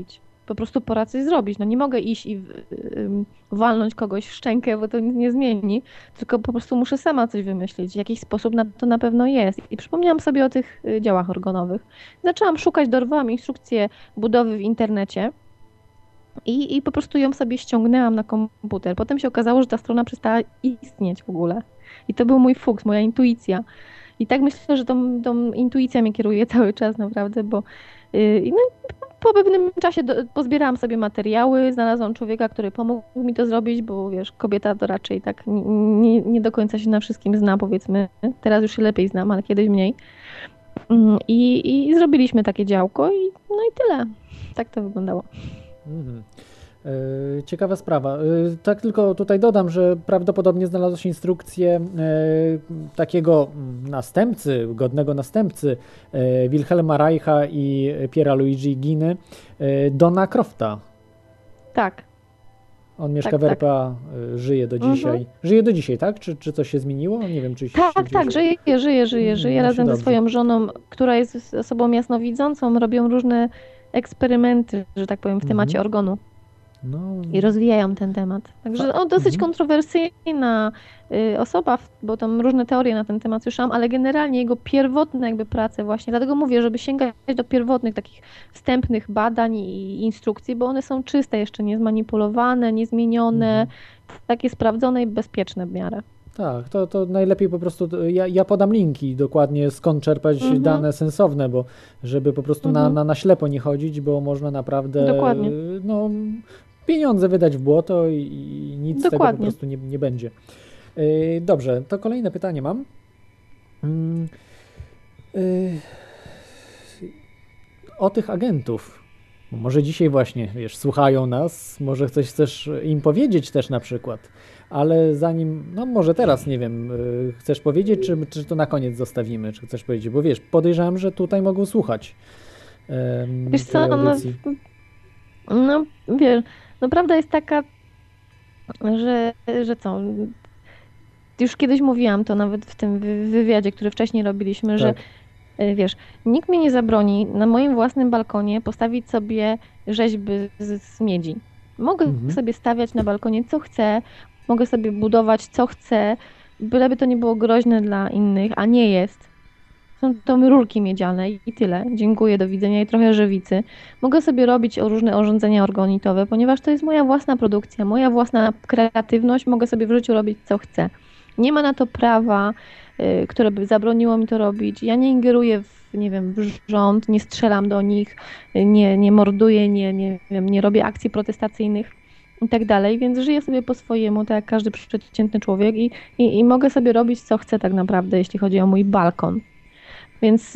A: po prostu pora coś zrobić. No nie mogę iść i walnąć kogoś w szczękę, bo to nic nie zmieni, tylko po prostu muszę sama coś wymyślić. Jakiś sposób na to na pewno jest. I przypomniałam sobie o tych działach organowych. Zaczęłam szukać, dorwałam instrukcję budowy w internecie i po prostu ją sobie ściągnęłam na komputer. Potem się okazało, że ta strona przestała istnieć w ogóle. I to był mój fuks, moja intuicja. I tak myślę, że tą intuicja mnie kieruje cały czas naprawdę, bo no, po pewnym czasie pozbierałam sobie materiały, znalazłam człowieka, który pomógł mi to zrobić, bo wiesz, kobieta to raczej tak nie do końca się na wszystkim zna, powiedzmy. Teraz już się lepiej znam, ale kiedyś mniej. I zrobiliśmy takie działko no i tyle. Tak to wyglądało.
E: Ciekawa sprawa. Tak tylko tutaj dodam, że prawdopodobnie znalazła się instrukcje takiego następcy, godnego następcy Wilhelma Reicha i Piera Luigi Giny, Dona Crofta.
A: Tak.
E: On mieszka w RPA, żyje do dzisiaj. Żyje do dzisiaj, tak? Czy coś się zmieniło? Nie wiem, czy się
A: żyje razem ze swoją żoną, która jest osobą jasnowidzącą. Robią różne eksperymenty, że tak powiem, w temacie organu.
E: No.
A: I rozwijają ten temat. Także dosyć kontrowersyjna osoba, bo tam różne teorie na ten temat słyszałam, ale generalnie jego pierwotne jakby prace właśnie, dlatego mówię, żeby sięgać do pierwotnych takich wstępnych badań i instrukcji, bo one są czyste, jeszcze nie zmanipulowane, niezmienione, takie sprawdzone i bezpieczne w miarę.
E: Tak, to najlepiej po prostu, ja podam linki dokładnie skąd czerpać dane sensowne, bo żeby po prostu na ślepo nie chodzić, bo można naprawdę pieniądze wydać w błoto i nic z tego po prostu nie będzie. Dobrze, to kolejne pytanie mam. O tych agentów. Może dzisiaj właśnie, wiesz, słuchają nas, może coś chcesz im powiedzieć też na przykład, ale zanim, no może teraz, nie wiem, chcesz powiedzieć, czy to na koniec zostawimy, czy chcesz powiedzieć, bo wiesz, podejrzewam, że tutaj mogą słuchać
A: wiesz co, no wiesz, no prawda jest taka, że co, już kiedyś mówiłam to nawet w tym wywiadzie, który wcześniej robiliśmy, że wiesz, nikt mi nie zabroni na moim własnym balkonie postawić sobie rzeźby z miedzi. Mogę sobie stawiać na balkonie co chcę, mogę sobie budować co chcę, byleby to nie było groźne dla innych, a nie jest. Są to rurki miedziane i tyle. Dziękuję, do widzenia i trochę żywicy. Mogę sobie robić różne urządzenia organitowe, ponieważ to jest moja własna produkcja, moja własna kreatywność, mogę sobie w życiu robić co chcę. Nie ma na to prawa, które by zabroniło mi to robić. Ja nie ingeruję w rząd, nie strzelam do nich, nie morduję, nie robię akcji protestacyjnych i tak dalej, więc żyję sobie po swojemu, tak jak każdy przeciętny człowiek i mogę sobie robić co chcę tak naprawdę, jeśli chodzi o mój balkon. Więc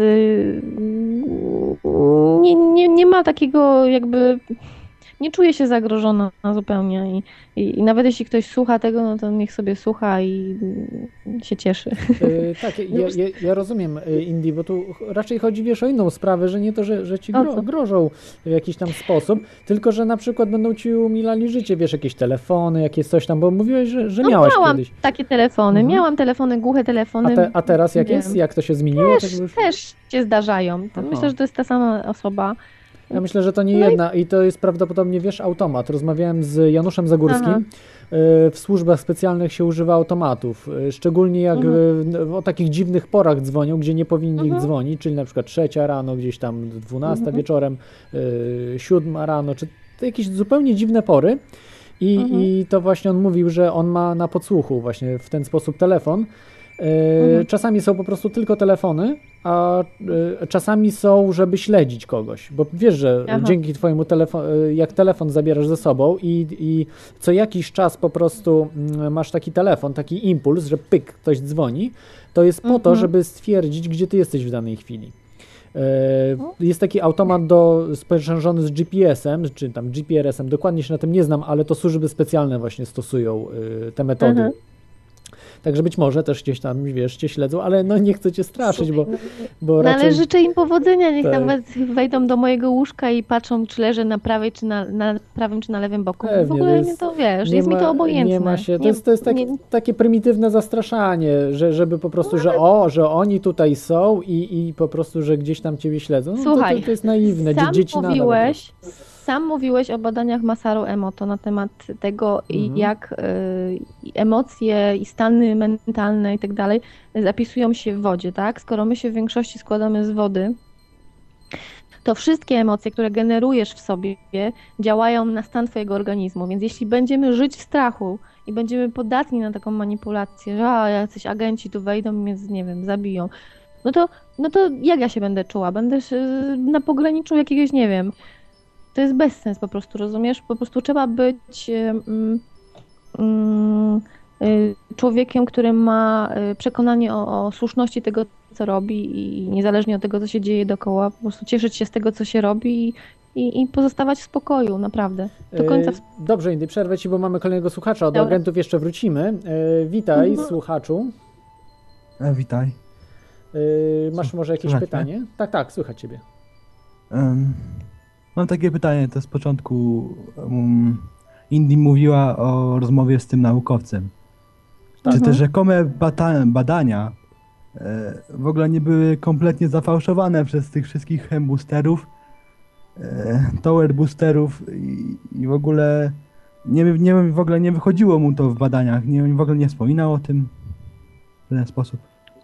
A: nie ma takiego jakby... Nie czuję się zagrożona zupełnie i nawet jeśli ktoś słucha tego, no to niech sobie słucha i się cieszy.
E: Tak, ja rozumiem, Indy, bo tu raczej chodzi, wiesz, o inną sprawę, że nie to, że ci grożą w jakiś tam sposób, tylko że na przykład będą ci umilali życie, wiesz, jakieś telefony, jakieś coś tam, bo mówiłeś, że miałaś
A: miałam
E: kiedyś.
A: Takie telefony, miałam telefony, głuche telefony.
E: A teraz jak jest? Jak to się zmieniło?
A: Też się zdarzają. Myślę, że to jest ta sama osoba.
E: Ja myślę, że to nie jedna i to jest prawdopodobnie, wiesz, automat. Rozmawiałem z Januszem Zagórskim. W służbach specjalnych się używa automatów, szczególnie jak o takich dziwnych porach dzwonią, gdzie nie powinni ich dzwonić, czyli na przykład 3 rano, gdzieś tam 12 wieczorem, 7 rano, czy jakieś zupełnie dziwne pory. I to właśnie on mówił, że on ma na podsłuchu właśnie w ten sposób telefon. Czasami są po prostu tylko telefony, a czasami są, żeby śledzić kogoś, bo wiesz, że dzięki twojemu jak telefon zabierasz ze sobą i co jakiś czas po prostu masz taki telefon, taki impuls, że pyk, ktoś dzwoni, to jest po to, żeby stwierdzić, gdzie ty jesteś w danej chwili. Jest taki automat sprzężony z GPS-em, czy tam GPRS-em, dokładnie się na tym nie znam, ale to służby specjalne właśnie stosują te metody. Także być może też gdzieś tam, wiesz, cię śledzą, ale no nie chcę cię straszyć, bo raczej...
A: Ale życzę im powodzenia, niech nawet wejdą do mojego łóżka i patrzą, czy leżę na prawej, czy na prawym, czy na lewym boku. Pewnie, w ogóle mnie to, wiesz, jest mi to obojętne.
E: Nie ma się, to jest takie prymitywne zastraszanie, żeby po prostu, że oni tutaj są i po prostu, że gdzieś tam ciebie śledzą. No,
A: słuchaj,
E: to jest naiwne,
A: sam
E: dzieci
A: mówiłeś, Sam mówiłeś o badaniach Masaru Emoto na temat tego, jak emocje i stany mentalne i tak dalej zapisują się w wodzie, tak? Skoro my się w większości składamy z wody, to wszystkie emocje, które generujesz w sobie, działają na stan twojego organizmu, więc jeśli będziemy żyć w strachu i będziemy podatni na taką manipulację, że jacyś agenci tu wejdą i mnie, nie wiem, zabiją, no to jak ja się będę czuła? Będę na pograniczu jakiegoś, nie wiem, to jest bezsens po prostu, rozumiesz? Po prostu trzeba być człowiekiem, który ma przekonanie o słuszności tego, co robi i niezależnie od tego, co się dzieje dookoła, po prostu cieszyć się z tego, co się robi i pozostawać w spokoju, naprawdę. Do końca.
E: Dobrze, Indy, przerwę ci, bo mamy kolejnego słuchacza. Do agentów jeszcze wrócimy. Witaj, słuchaczu.
O: Witaj.
E: Masz może jakieś pytanie? Tak, słychać ciebie.
O: Mam takie pytanie, to z początku Indy mówiła o rozmowie z tym naukowcem. Czy te rzekome badania w ogóle nie były kompletnie zafałszowane przez tych wszystkich boosterów, tower boosterów i w ogóle nie wychodziło mu to w badaniach, w ogóle nie wspominał o tym w ten sposób.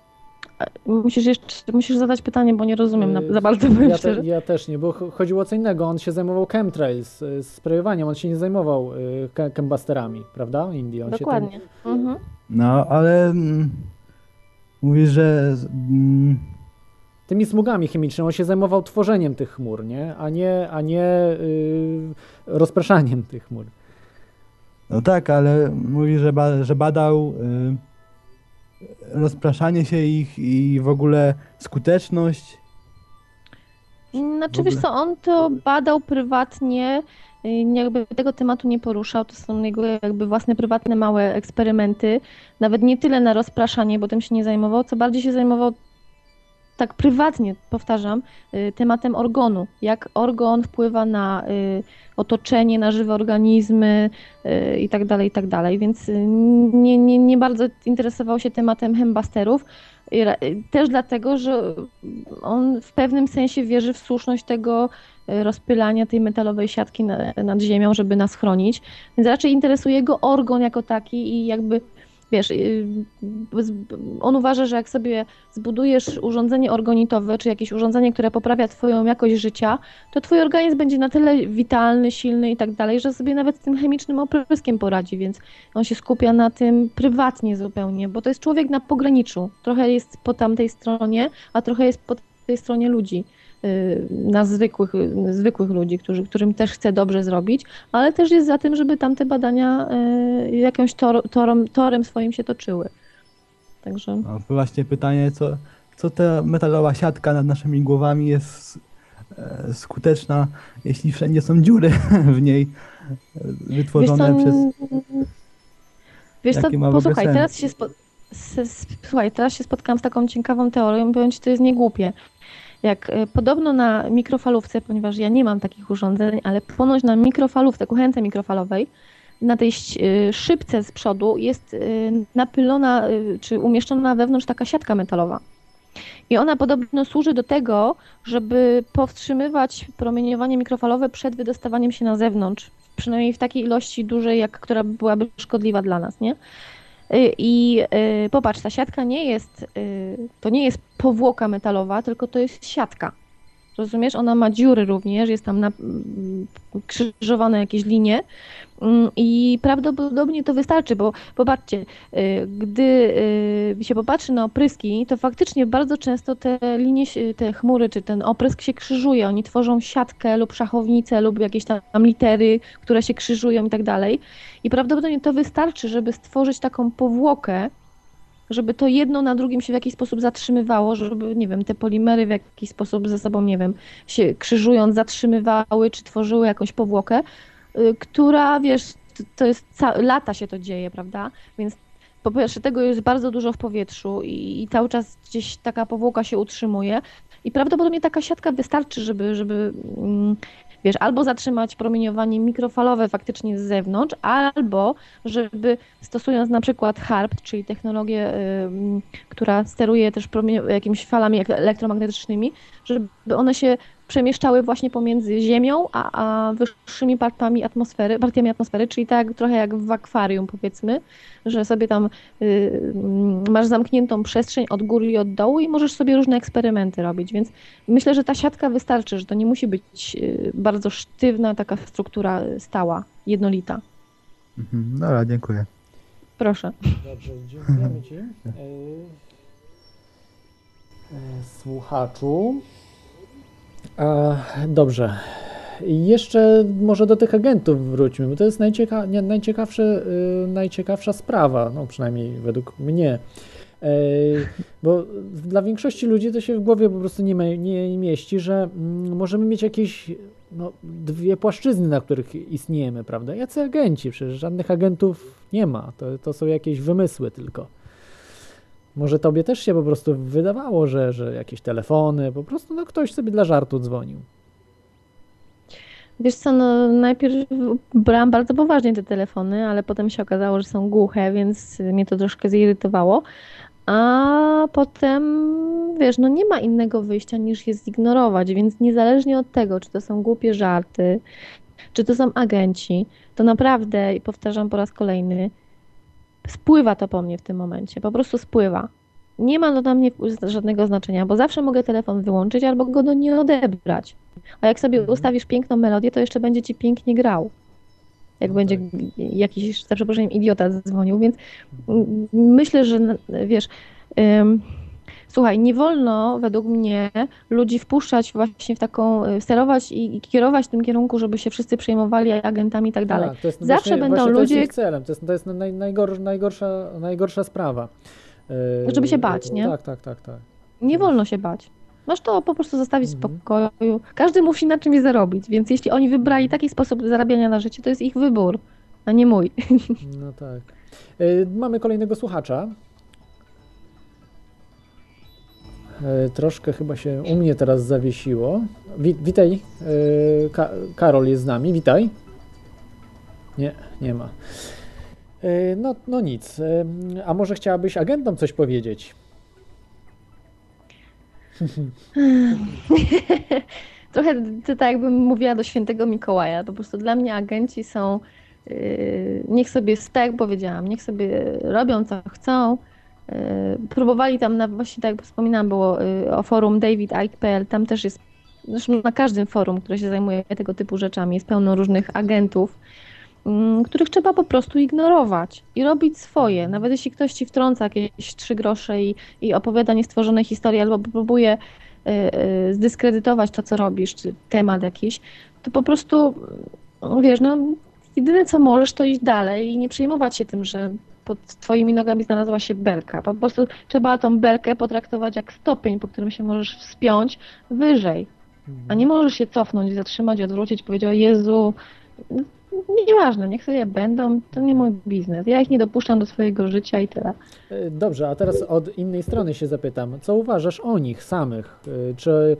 A: Musisz zadać pytanie, bo nie rozumiem za bardzo, powiem szczerze.
E: Ja też nie, bo chodziło o co innego. On się zajmował chemtrails, sprayowaniem, on się nie zajmował chembusterami, prawda? Indy, on
A: Dokładnie.
E: Się
O: No, ale mówisz, że...
E: Tymi smugami chemicznymi, on się zajmował tworzeniem tych chmur, nie? A nie rozpraszaniem tych chmur.
O: No tak, ale mówisz, że badał rozpraszanie się ich i w ogóle skuteczność.
A: Znaczy, wiesz co, on to badał prywatnie, jakby tego tematu nie poruszał, to są jego jakby własne prywatne małe eksperymenty, nawet nie tyle na rozpraszanie, bo tym się nie zajmował, co bardziej się zajmował tak prywatnie, powtarzam, tematem organu, jak organ wpływa na otoczenie, na żywe organizmy i tak dalej, więc nie bardzo interesował się tematem chembusterów, też dlatego, że on w pewnym sensie wierzy w słuszność tego rozpylania tej metalowej siatki nad ziemią, żeby nas chronić, więc raczej interesuje go organ jako taki i jakby wiesz, on uważa, że jak sobie zbudujesz urządzenie organitowe, czy jakieś urządzenie, które poprawia twoją jakość życia, to twój organizm będzie na tyle witalny, silny i tak dalej, że sobie nawet z tym chemicznym opryskiem poradzi, więc on się skupia na tym prywatnie zupełnie, bo to jest człowiek na pograniczu. Trochę jest po tamtej stronie, a trochę jest po tej stronie ludzi. Na zwykłych ludzi, którym też chce dobrze zrobić, ale też jest za tym, żeby tamte badania jakimś torem swoim się toczyły. Także...
O: No, właśnie pytanie, co ta metalowa siatka nad naszymi głowami jest skuteczna, jeśli wszędzie są dziury w niej wytworzone
A: Wiesz co, posłuchaj, teraz się spotkałam z taką ciekawą teorią, powiem ci, to jest niegłupie. Jak podobno na mikrofalówce, ponieważ ja nie mam takich urządzeń, ale ponoć na mikrofalówce, kuchence mikrofalowej, na tej szybce z przodu jest napylona czy umieszczona wewnątrz taka siatka metalowa. I ona podobno służy do tego, żeby powstrzymywać promieniowanie mikrofalowe przed wydostawaniem się na zewnątrz, przynajmniej w takiej ilości dużej, która byłaby szkodliwa dla nas, nie? I popatrz, ta siatka to nie jest powłoka metalowa, tylko to jest siatka. Rozumiesz? Ona ma dziury również, jest tam krzyżowane jakieś linie i prawdopodobnie to wystarczy, bo popatrzcie, gdy się popatrzy na opryski, to faktycznie bardzo często te linie, te chmury czy ten oprysk się krzyżuje. Oni tworzą siatkę lub szachownicę lub jakieś tam litery, które się krzyżują i tak dalej. I prawdopodobnie to wystarczy, żeby stworzyć taką powłokę, żeby to jedno na drugim się w jakiś sposób zatrzymywało, żeby, nie wiem, te polimery w jakiś sposób ze sobą, nie wiem, się krzyżując zatrzymywały, czy tworzyły jakąś powłokę, która, wiesz, to jest lata się to dzieje, prawda? Więc po pierwsze tego jest bardzo dużo w powietrzu i cały czas gdzieś taka powłoka się utrzymuje i prawdopodobnie taka siatka wystarczy, żeby wiesz, albo zatrzymać promieniowanie mikrofalowe faktycznie z zewnątrz, albo żeby stosując na przykład HARP, czyli technologię, która steruje też jakimiś falami elektromagnetycznymi, żeby one się przemieszczały właśnie pomiędzy Ziemią a wyższymi partiami atmosfery, czyli tak trochę jak w akwarium, powiedzmy, że sobie tam masz zamkniętą przestrzeń od góry i od dołu i możesz sobie różne eksperymenty robić, więc myślę, że ta siatka wystarczy, że to nie musi być bardzo sztywna taka struktura stała, jednolita.
P: Dobra, dziękuję.
E: Proszę. Dobrze, dziękujemy Ci. Słuchaczu. Dobrze. Jeszcze może do tych agentów wróćmy, bo to jest najciekawsza sprawa, no przynajmniej według mnie. Bo dla większości ludzi to się w głowie po prostu nie mieści, że możemy mieć jakieś dwie płaszczyzny, na których istniejemy, prawda? Jacy agenci? Przecież żadnych agentów nie ma. To są jakieś wymysły tylko. Może tobie też się po prostu wydawało, że jakieś telefony, po prostu ktoś sobie dla żartu dzwonił.
A: Wiesz co, najpierw brałam bardzo poważnie te telefony, ale potem się okazało, że są głuche, więc mnie to troszkę zirytowało. A potem, wiesz, nie ma innego wyjścia niż je zignorować, więc niezależnie od tego, czy to są głupie żarty, czy to są agenci, to naprawdę, i powtarzam po raz kolejny, spływa to po mnie w tym momencie, po prostu spływa. Nie ma to dla mnie żadnego znaczenia, bo zawsze mogę telefon wyłączyć albo go nie odebrać. A jak sobie ustawisz piękną melodię, to jeszcze będzie ci pięknie grał. Jak będzie jakiś, za przeproszeniem, idiota dzwonił, więc myślę, że wiesz, słuchaj, nie wolno według mnie ludzi wpuszczać właśnie w taką, sterować i kierować w tym kierunku, żeby się wszyscy przejmowali agentami i tak dalej. Zawsze będą ludzie...
E: To jest ich celem, to jest najgorsza sprawa.
A: Żeby się bać, nie?
E: Tak.
A: Nie wolno się bać. Masz to po prostu zostawić w spokoju. Każdy musi na czymś zarobić, więc jeśli oni wybrali taki sposób zarabiania na życie, to jest ich wybór, a nie mój.
E: No tak. Mamy kolejnego słuchacza. Troszkę chyba się u mnie teraz zawiesiło. Witaj, Karol jest z nami, witaj. Nie ma. No nic. A może chciałabyś agentom coś powiedzieć?
A: Trochę to tak jakbym mówiła do świętego Mikołaja. Po prostu dla mnie agenci są, niech sobie, tak jak powiedziałam, niech sobie robią co chcą. Próbowali tam, właśnie tak jak wspominałam, było o forum davidike.pl, tam też jest, zresztą na każdym forum, które się zajmuje tego typu rzeczami, jest pełno różnych agentów, których trzeba po prostu ignorować i robić swoje. Nawet jeśli ktoś ci wtrąca jakieś 3 grosze i opowiada niestworzone historie albo próbuje zdyskredytować to, co robisz, czy temat jakiś, to po prostu, wiesz, jedyne co możesz, to iść dalej i nie przejmować się tym, że pod twoimi nogami znalazła się belka. Po prostu trzeba tą belkę potraktować jak stopień, po którym się możesz wspiąć wyżej. A nie możesz się cofnąć, zatrzymać, odwrócić, powiedzieć: o Jezu, nieważne, niech sobie będą, to nie mój biznes. Ja ich nie dopuszczam do swojego życia i tyle.
E: Dobrze, a teraz od innej strony się zapytam. Co uważasz o nich samych? Czy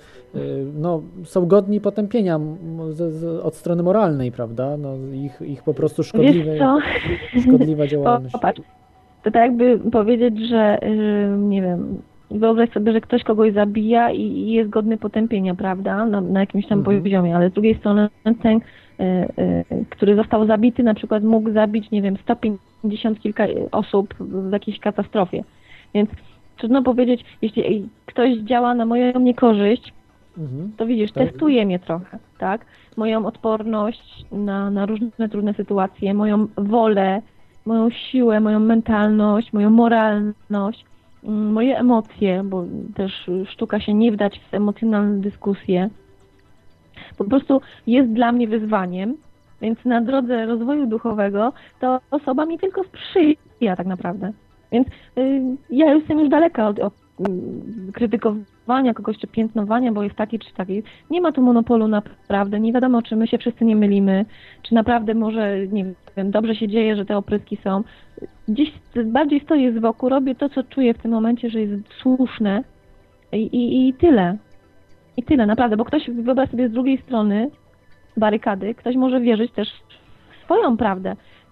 E: są godni potępienia od strony moralnej, prawda? Ich po prostu szkodliwa działalność.
A: Popatrz, to tak jakby powiedzieć, że nie wiem, wyobraź sobie, że ktoś kogoś zabija i jest godny potępienia, prawda? Na jakimś tam poziomie, ale z drugiej strony ten, który został zabity, na przykład mógł zabić, nie wiem, 150 kilka osób w jakiejś katastrofie. Więc trudno powiedzieć, jeśli ktoś działa na moją niekorzyść, to widzisz, testuje mnie trochę, tak? Moją odporność na różne trudne sytuacje, moją wolę, moją siłę, moją mentalność, moją moralność, moje emocje, bo też sztuka się nie wdać w emocjonalne dyskusje. Po prostu jest dla mnie wyzwaniem, więc na drodze rozwoju duchowego ta osoba mi tylko sprzyja tak naprawdę. Więc ja jestem już daleka od krytykowania kogoś czy piętnowania, bo jest taki czy taki. Nie ma tu monopolu naprawdę, nie wiadomo, czy my się wszyscy nie mylimy, czy naprawdę może, nie wiem, dobrze się dzieje, że te opryski są. Gdzieś bardziej stoję z boku, robię to, co czuję w tym momencie, że jest słuszne i tyle. I tyle, naprawdę, bo ktoś, wyobraź sobie, z drugiej strony barykady, ktoś może wierzyć też w swoją prawdę.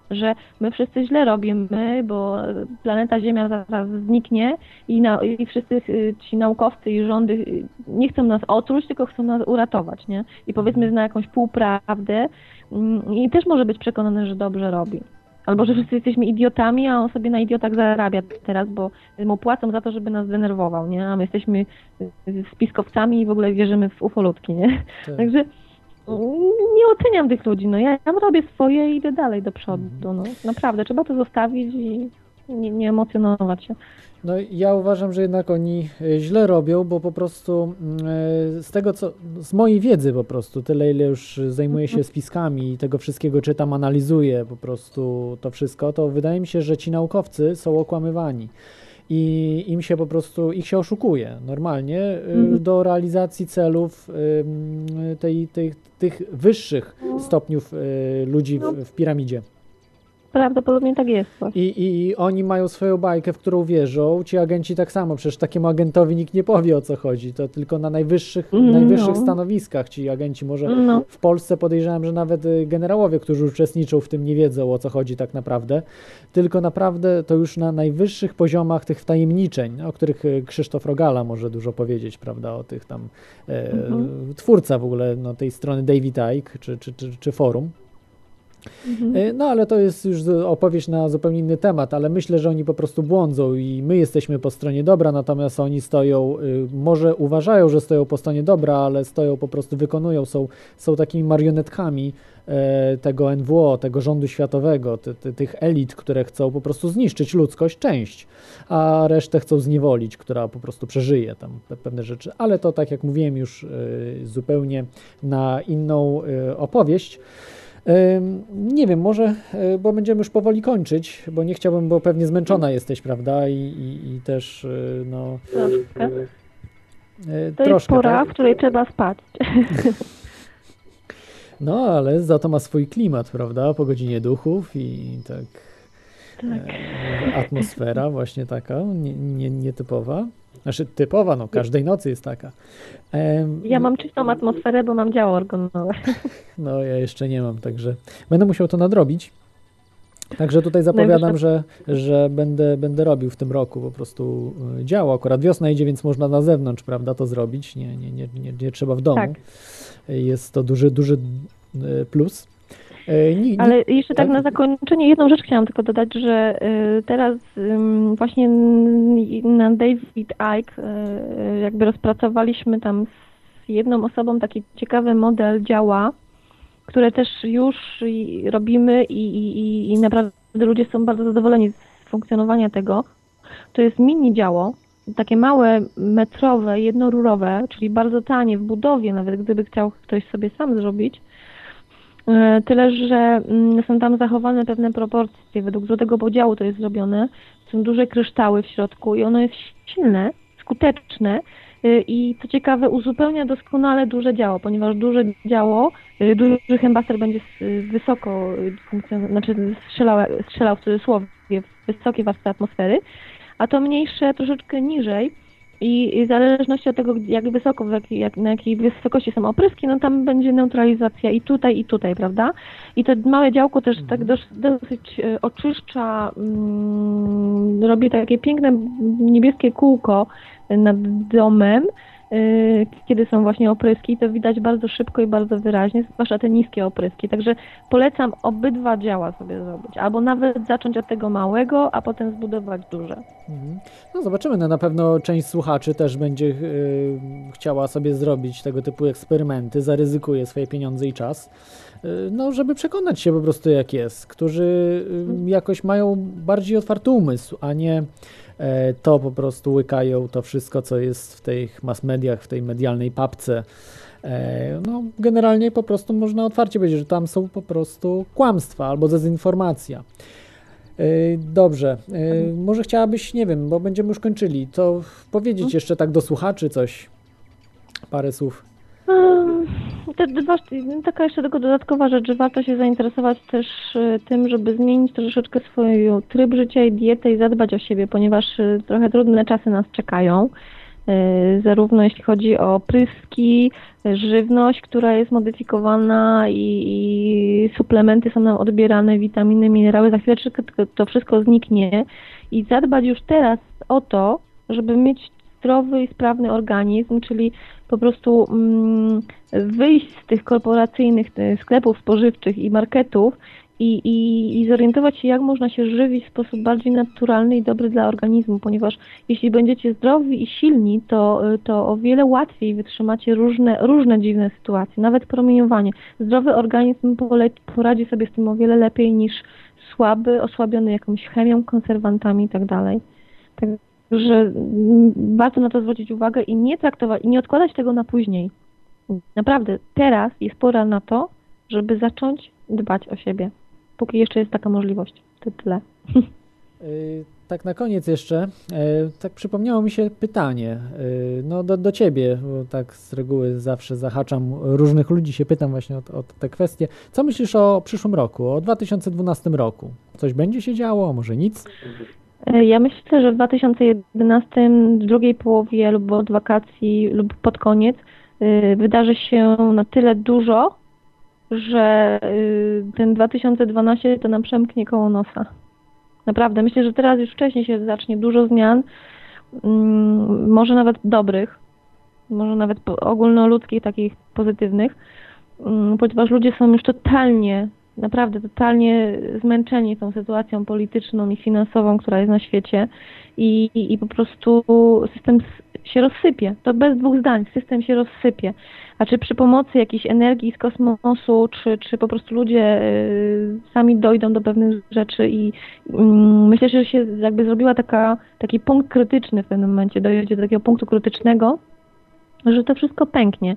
A: że my wszyscy źle robimy, bo planeta Ziemia zaraz zniknie i wszyscy ci naukowcy i rządy nie chcą nas otruć, tylko chcą nas uratować, nie? I powiedzmy zna jakąś półprawdę i też może być przekonany, że dobrze robi. Albo że wszyscy jesteśmy idiotami, a on sobie na idiotach zarabia teraz, bo mu płacą za to, żeby nas denerwował, nie? A my jesteśmy spiskowcami i w ogóle wierzymy w ufolutki, nie? Tak. Także nie oceniam tych ludzi, no ja robię swoje i idę dalej do przodu, no. Naprawdę, trzeba to zostawić i nie emocjonować się.
E: No ja uważam, że jednak oni źle robią, bo po prostu z tego z mojej wiedzy po prostu, tyle ile już zajmuję się spiskami i tego wszystkiego czytam, analizuję po prostu to wszystko, to wydaje mi się, że ci naukowcy są okłamywani. I im się po prostu, ich się oszukuje normalnie do realizacji celów tych wyższych stopniów ludzi w piramidzie.
A: Prawdopodobnie tak jest.
E: I oni mają swoją bajkę, w którą wierzą. Ci agenci tak samo, przecież takiemu agentowi nikt nie powie, o co chodzi. To tylko na najwyższych stanowiskach ci agenci. Może w Polsce podejrzewam, że nawet generałowie, którzy uczestniczą w tym, nie wiedzą, o co chodzi tak naprawdę. Tylko naprawdę to już na najwyższych poziomach tych wtajemniczeń, o których Krzysztof Rogala może dużo powiedzieć, prawda, o tych tam twórca w ogóle tej strony David Icke czy forum. No ale to jest już opowieść na zupełnie inny temat, ale myślę, że oni po prostu błądzą i my jesteśmy po stronie dobra, natomiast oni stoją, może uważają, że stoją po stronie dobra, ale stoją po prostu, wykonują, są takimi marionetkami tego NWO, tego rządu światowego, tych elit, które chcą po prostu zniszczyć ludzkość, część, a resztę chcą zniewolić, która po prostu przeżyje tam pewne rzeczy, ale to tak jak mówiłem już zupełnie na inną opowieść. Nie wiem, może, bo będziemy już powoli kończyć, bo nie chciałbym, bo pewnie zmęczona jesteś, prawda? I też, no...
A: To jest pora, w której trzeba spać.
E: No, ale za to ma swój klimat, prawda? Po godzinie duchów i tak. Atmosfera właśnie taka, nietypowa. Znaczy typowa, no każdej nocy jest taka.
A: Ja mam czystą atmosferę, bo mam działo organowe. No
E: ja jeszcze nie mam, także będę musiał to nadrobić. Także tutaj zapowiadam, że będę robił w tym roku po prostu działo. Akurat wiosna idzie, więc można na zewnątrz, prawda, to zrobić. Nie trzeba w domu. Tak. Jest to duży plus.
A: Ale jeszcze tak na zakończenie jedną rzecz chciałam tylko dodać, że teraz właśnie na David Icke jakby rozpracowaliśmy tam z jedną osobą taki ciekawy model działa, które też już robimy i naprawdę ludzie są bardzo zadowoleni z funkcjonowania tego. To jest mini działo, takie małe, metrowe, jednorurowe, czyli bardzo tanie w budowie, nawet gdyby chciał ktoś sobie sam zrobić. Tyle, że są tam zachowane pewne proporcje, według złotego podziału to jest zrobione, są duże kryształy w środku i ono jest silne, skuteczne i co ciekawe uzupełnia doskonale duże działo, ponieważ duże działo, duży hembaster będzie wysoko strzelał w cudzysłowie w wysokie warstwy atmosfery, a to mniejsze troszeczkę niżej. I w zależności od tego, jak wysoko, na jakiej wysokości są opryski, no tam będzie neutralizacja i tutaj, prawda? I to małe działko też tak dosyć oczyszcza, robi takie piękne niebieskie kółko nad domem, kiedy są właśnie opryski, to widać bardzo szybko i bardzo wyraźnie, zwłaszcza te niskie opryski. Także polecam obydwa działa sobie zrobić, albo nawet zacząć od tego małego, a potem zbudować duże.
E: No zobaczymy, no, na pewno część słuchaczy też będzie chciała sobie zrobić tego typu eksperymenty, zaryzykuje swoje pieniądze i czas, no żeby przekonać się po prostu jak jest, którzy jakoś mają bardziej otwarty umysł, a nie to po prostu łykają to wszystko, co jest w tych mass mediach, w tej medialnej papce. No, generalnie po prostu można otwarcie powiedzieć, że tam są po prostu kłamstwa albo dezinformacja. Dobrze, może chciałabyś, nie wiem, bo będziemy już kończyli, to powiedzieć jeszcze tak do słuchaczy coś, parę słów.
A: Taka jeszcze tylko dodatkowa rzecz, że warto się zainteresować też tym, żeby zmienić troszeczkę swój tryb życia i dietę i zadbać o siebie, ponieważ trochę trudne czasy nas czekają. zarówno jeśli chodzi o pryski, żywność, która jest modyfikowana i suplementy są nam odbierane, witaminy, minerały, za chwileczkę to wszystko zniknie i zadbać już teraz o to, żeby mieć zdrowy i sprawny organizm, czyli po prostu wyjść z tych korporacyjnych sklepów spożywczych i marketów i zorientować się, jak można się żywić w sposób bardziej naturalny i dobry dla organizmu, ponieważ jeśli będziecie zdrowi i silni, to o wiele łatwiej wytrzymacie różne dziwne sytuacje, nawet promieniowanie. Zdrowy organizm poradzi sobie z tym o wiele lepiej niż słaby, osłabiony jakąś chemią, konserwantami i tak dalej. Także warto na to zwrócić uwagę i nie traktować, i nie odkładać tego na później. Naprawdę, teraz jest pora na to, żeby zacząć dbać o siebie, póki jeszcze jest taka możliwość. To tyle.
E: Tak na koniec jeszcze, tak przypomniało mi się pytanie, no do ciebie, bo tak z reguły zawsze zahaczam różnych ludzi, się pytam właśnie o te kwestie. Co myślisz o przyszłym roku, o 2012 roku? Coś będzie się działo, może nic?
A: Ja myślę, że w 2011, w drugiej połowie lub od wakacji lub pod koniec wydarzy się na tyle dużo, że ten 2012 to nam przemknie koło nosa. Naprawdę, myślę, że teraz już wcześniej się zacznie dużo zmian, może nawet dobrych, może nawet ogólnoludzkich, takich pozytywnych, ponieważ ludzie są już naprawdę totalnie zmęczeni tą sytuacją polityczną i finansową, która jest na świecie i po prostu system się rozsypie. To bez dwóch zdań, system się rozsypie. A czy przy pomocy jakiejś energii z kosmosu, czy po prostu ludzie sami dojdą do pewnych rzeczy i myślę, że się jakby zrobiła taki punkt krytyczny w pewnym momencie, dojdzie do takiego punktu krytycznego, że to wszystko pęknie.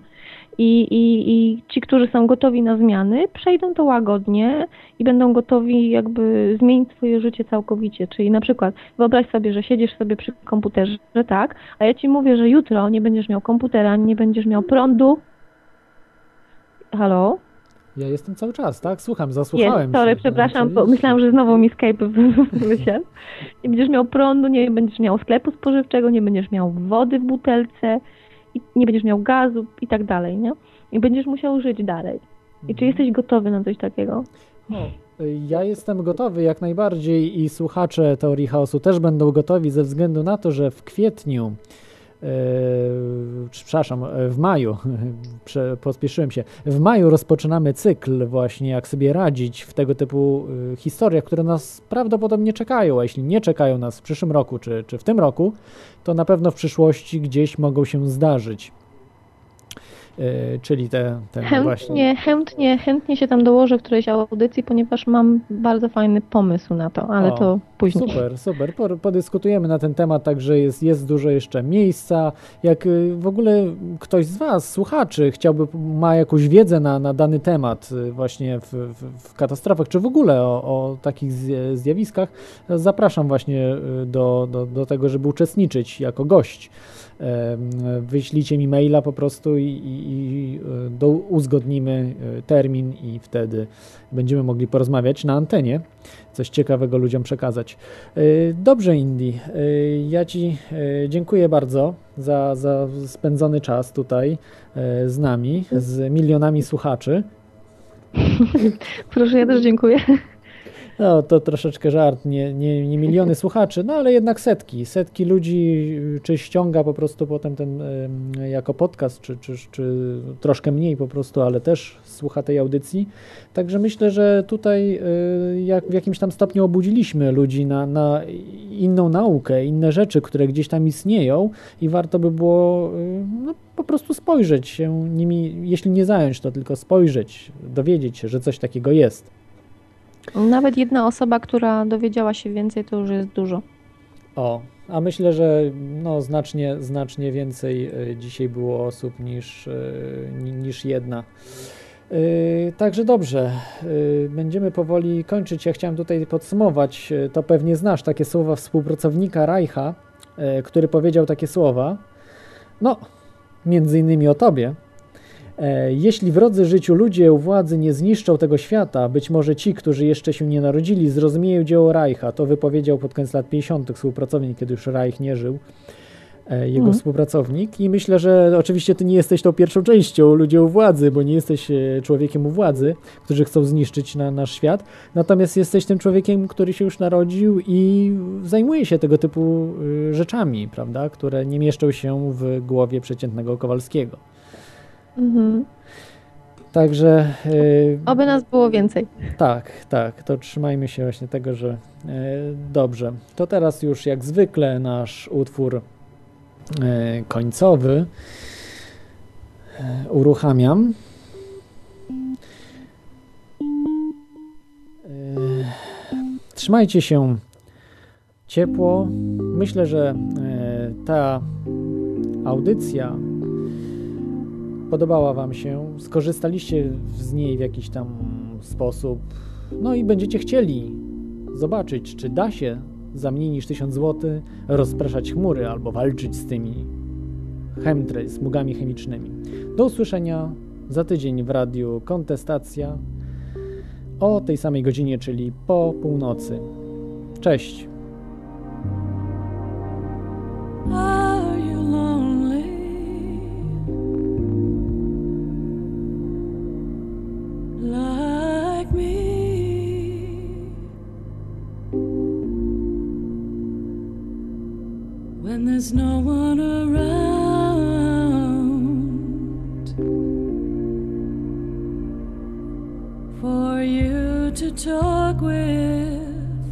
A: I ci, którzy są gotowi na zmiany, przejdą to łagodnie i będą gotowi jakby zmienić swoje życie całkowicie. Czyli na przykład wyobraź sobie, że siedzisz sobie przy komputerze, tak, a ja ci mówię, że jutro nie będziesz miał komputera, nie będziesz miał prądu. Halo?
E: Ja jestem cały czas, tak? Słucham, zasłuchałem
A: się. Przepraszam, bo myślałam, że znowu mi Skype wysiadł. Nie będziesz miał prądu, nie będziesz miał sklepu spożywczego, nie będziesz miał wody w butelce, i nie będziesz miał gazu i tak dalej, nie? I będziesz musiał żyć dalej. I czy jesteś gotowy na coś takiego?
E: Ja jestem gotowy jak najbardziej i słuchacze Teorii Chaosu też będą gotowi ze względu na to, że w kwietniu, w maju, pospieszyłem się, w maju rozpoczynamy cykl właśnie, jak sobie radzić w tego typu historiach, które nas prawdopodobnie czekają, a jeśli nie czekają nas w przyszłym roku, czy w tym roku, to na pewno w przyszłości gdzieś mogą się zdarzyć. Czyli
A: chętnie się tam dołożę w którejś audycji, ponieważ mam bardzo fajny pomysł na to, ale to później.
E: Super. Podyskutujemy na ten temat, także jest dużo jeszcze miejsca. Jak w ogóle ktoś z Was, słuchaczy, ma jakąś wiedzę na dany temat właśnie w katastrofach, czy w ogóle o takich zjawiskach, zapraszam właśnie do tego, żeby uczestniczyć jako gość. Wyślijcie mi maila po prostu i uzgodnimy termin i wtedy będziemy mogli porozmawiać na antenie, coś ciekawego ludziom przekazać. Dobrze, Indy, ja Ci dziękuję bardzo za spędzony czas tutaj z nami, z milionami słuchaczy.
A: Proszę, ja też dziękuję.
E: No, to troszeczkę żart, nie miliony słuchaczy, no ale jednak setki ludzi, czy ściąga po prostu potem ten jako podcast, czy troszkę mniej po prostu, ale też słucha tej audycji. Także myślę, że tutaj jak w jakimś tam stopniu obudziliśmy ludzi na inną naukę, inne rzeczy, które gdzieś tam istnieją i warto by było po prostu spojrzeć się nimi, jeśli nie zająć, to tylko spojrzeć, dowiedzieć się, że coś takiego jest.
A: Nawet jedna osoba, która dowiedziała się więcej, to już jest dużo.
E: A myślę, że znacznie więcej dzisiaj było osób niż jedna. Także dobrze, będziemy powoli kończyć. Ja chciałem tutaj podsumować, to pewnie znasz takie słowa współpracownika Reicha, który powiedział takie słowa, między innymi o tobie. Jeśli wrodzy życiu ludzie u władzy nie zniszczą tego świata, być może ci, którzy jeszcze się nie narodzili, zrozumieją dzieło Reicha. To wypowiedział pod koniec lat 50. współpracownik, kiedy już Reich nie żył. jego współpracownik i myślę, że oczywiście ty nie jesteś tą pierwszą częścią ludzi u władzy, bo nie jesteś człowiekiem u władzy, którzy chcą zniszczyć nasz świat, natomiast jesteś tym człowiekiem, który się już narodził i zajmuje się tego typu rzeczami, prawda, które nie mieszczą się w głowie przeciętnego Kowalskiego. Także...
A: Oby nas było więcej.
E: Tak, to trzymajmy się właśnie tego, że dobrze. To teraz już jak zwykle nasz utwór końcowy uruchamiam. Trzymajcie się ciepło. Myślę, że ta audycja podobała wam się, skorzystaliście z niej w jakiś tam sposób, no i będziecie chcieli zobaczyć, czy da się za mniej niż 1000 zł rozpraszać chmury albo walczyć z tymi smugami chemicznymi. Do usłyszenia za tydzień w radiu Kontestacja o tej samej godzinie, czyli po północy. Cześć!
Q: Are you lonely? Like me? When there's no one around for you to talk with,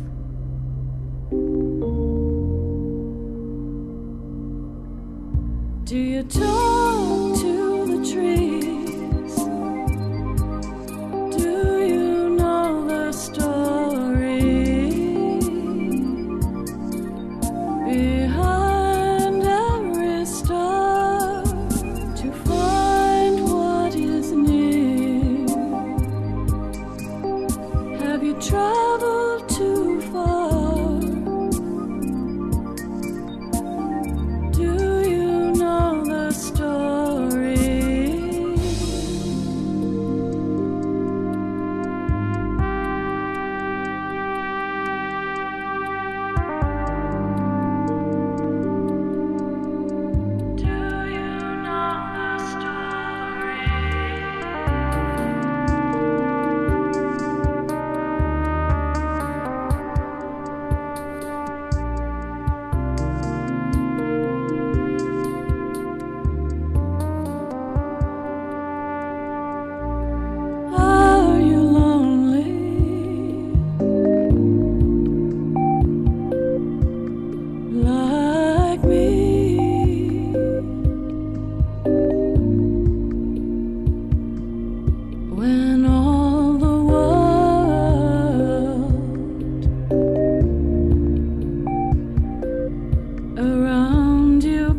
Q: do you talk to the trees? Do you know the story behind every star to find what is near? Have you traveled too far? Do you know the story? Are you lonely? Like me? When all the world around you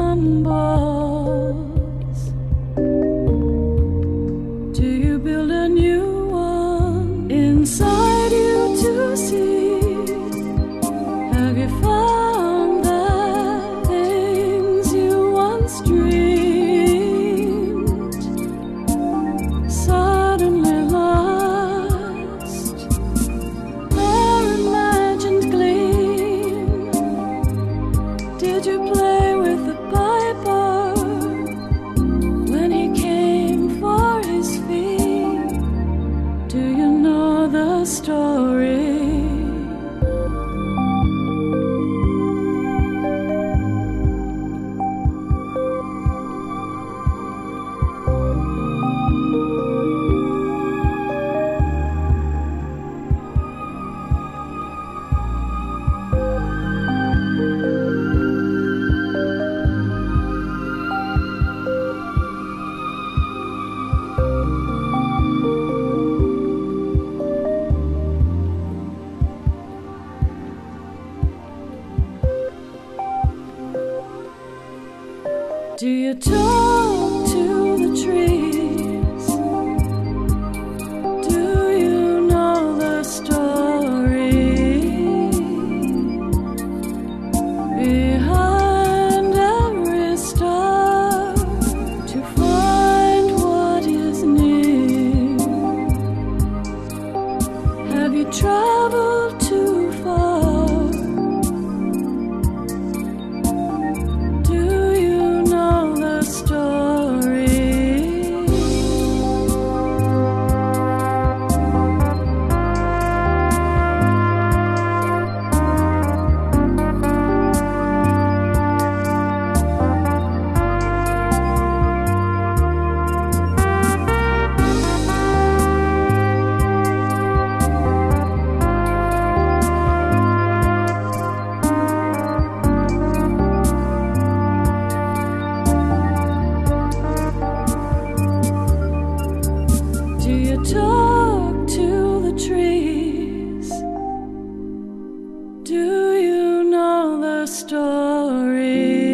Q: crumbles, do you build a new one inside you to see? Have you found the things you once dreamed suddenly lost? Their imagined gleam. Did you play with the piper when he came for his fee? Do you know the story? Do you talk to the trees? Do you know the story behind every star to find what is near? Have you traveled too far? Do story.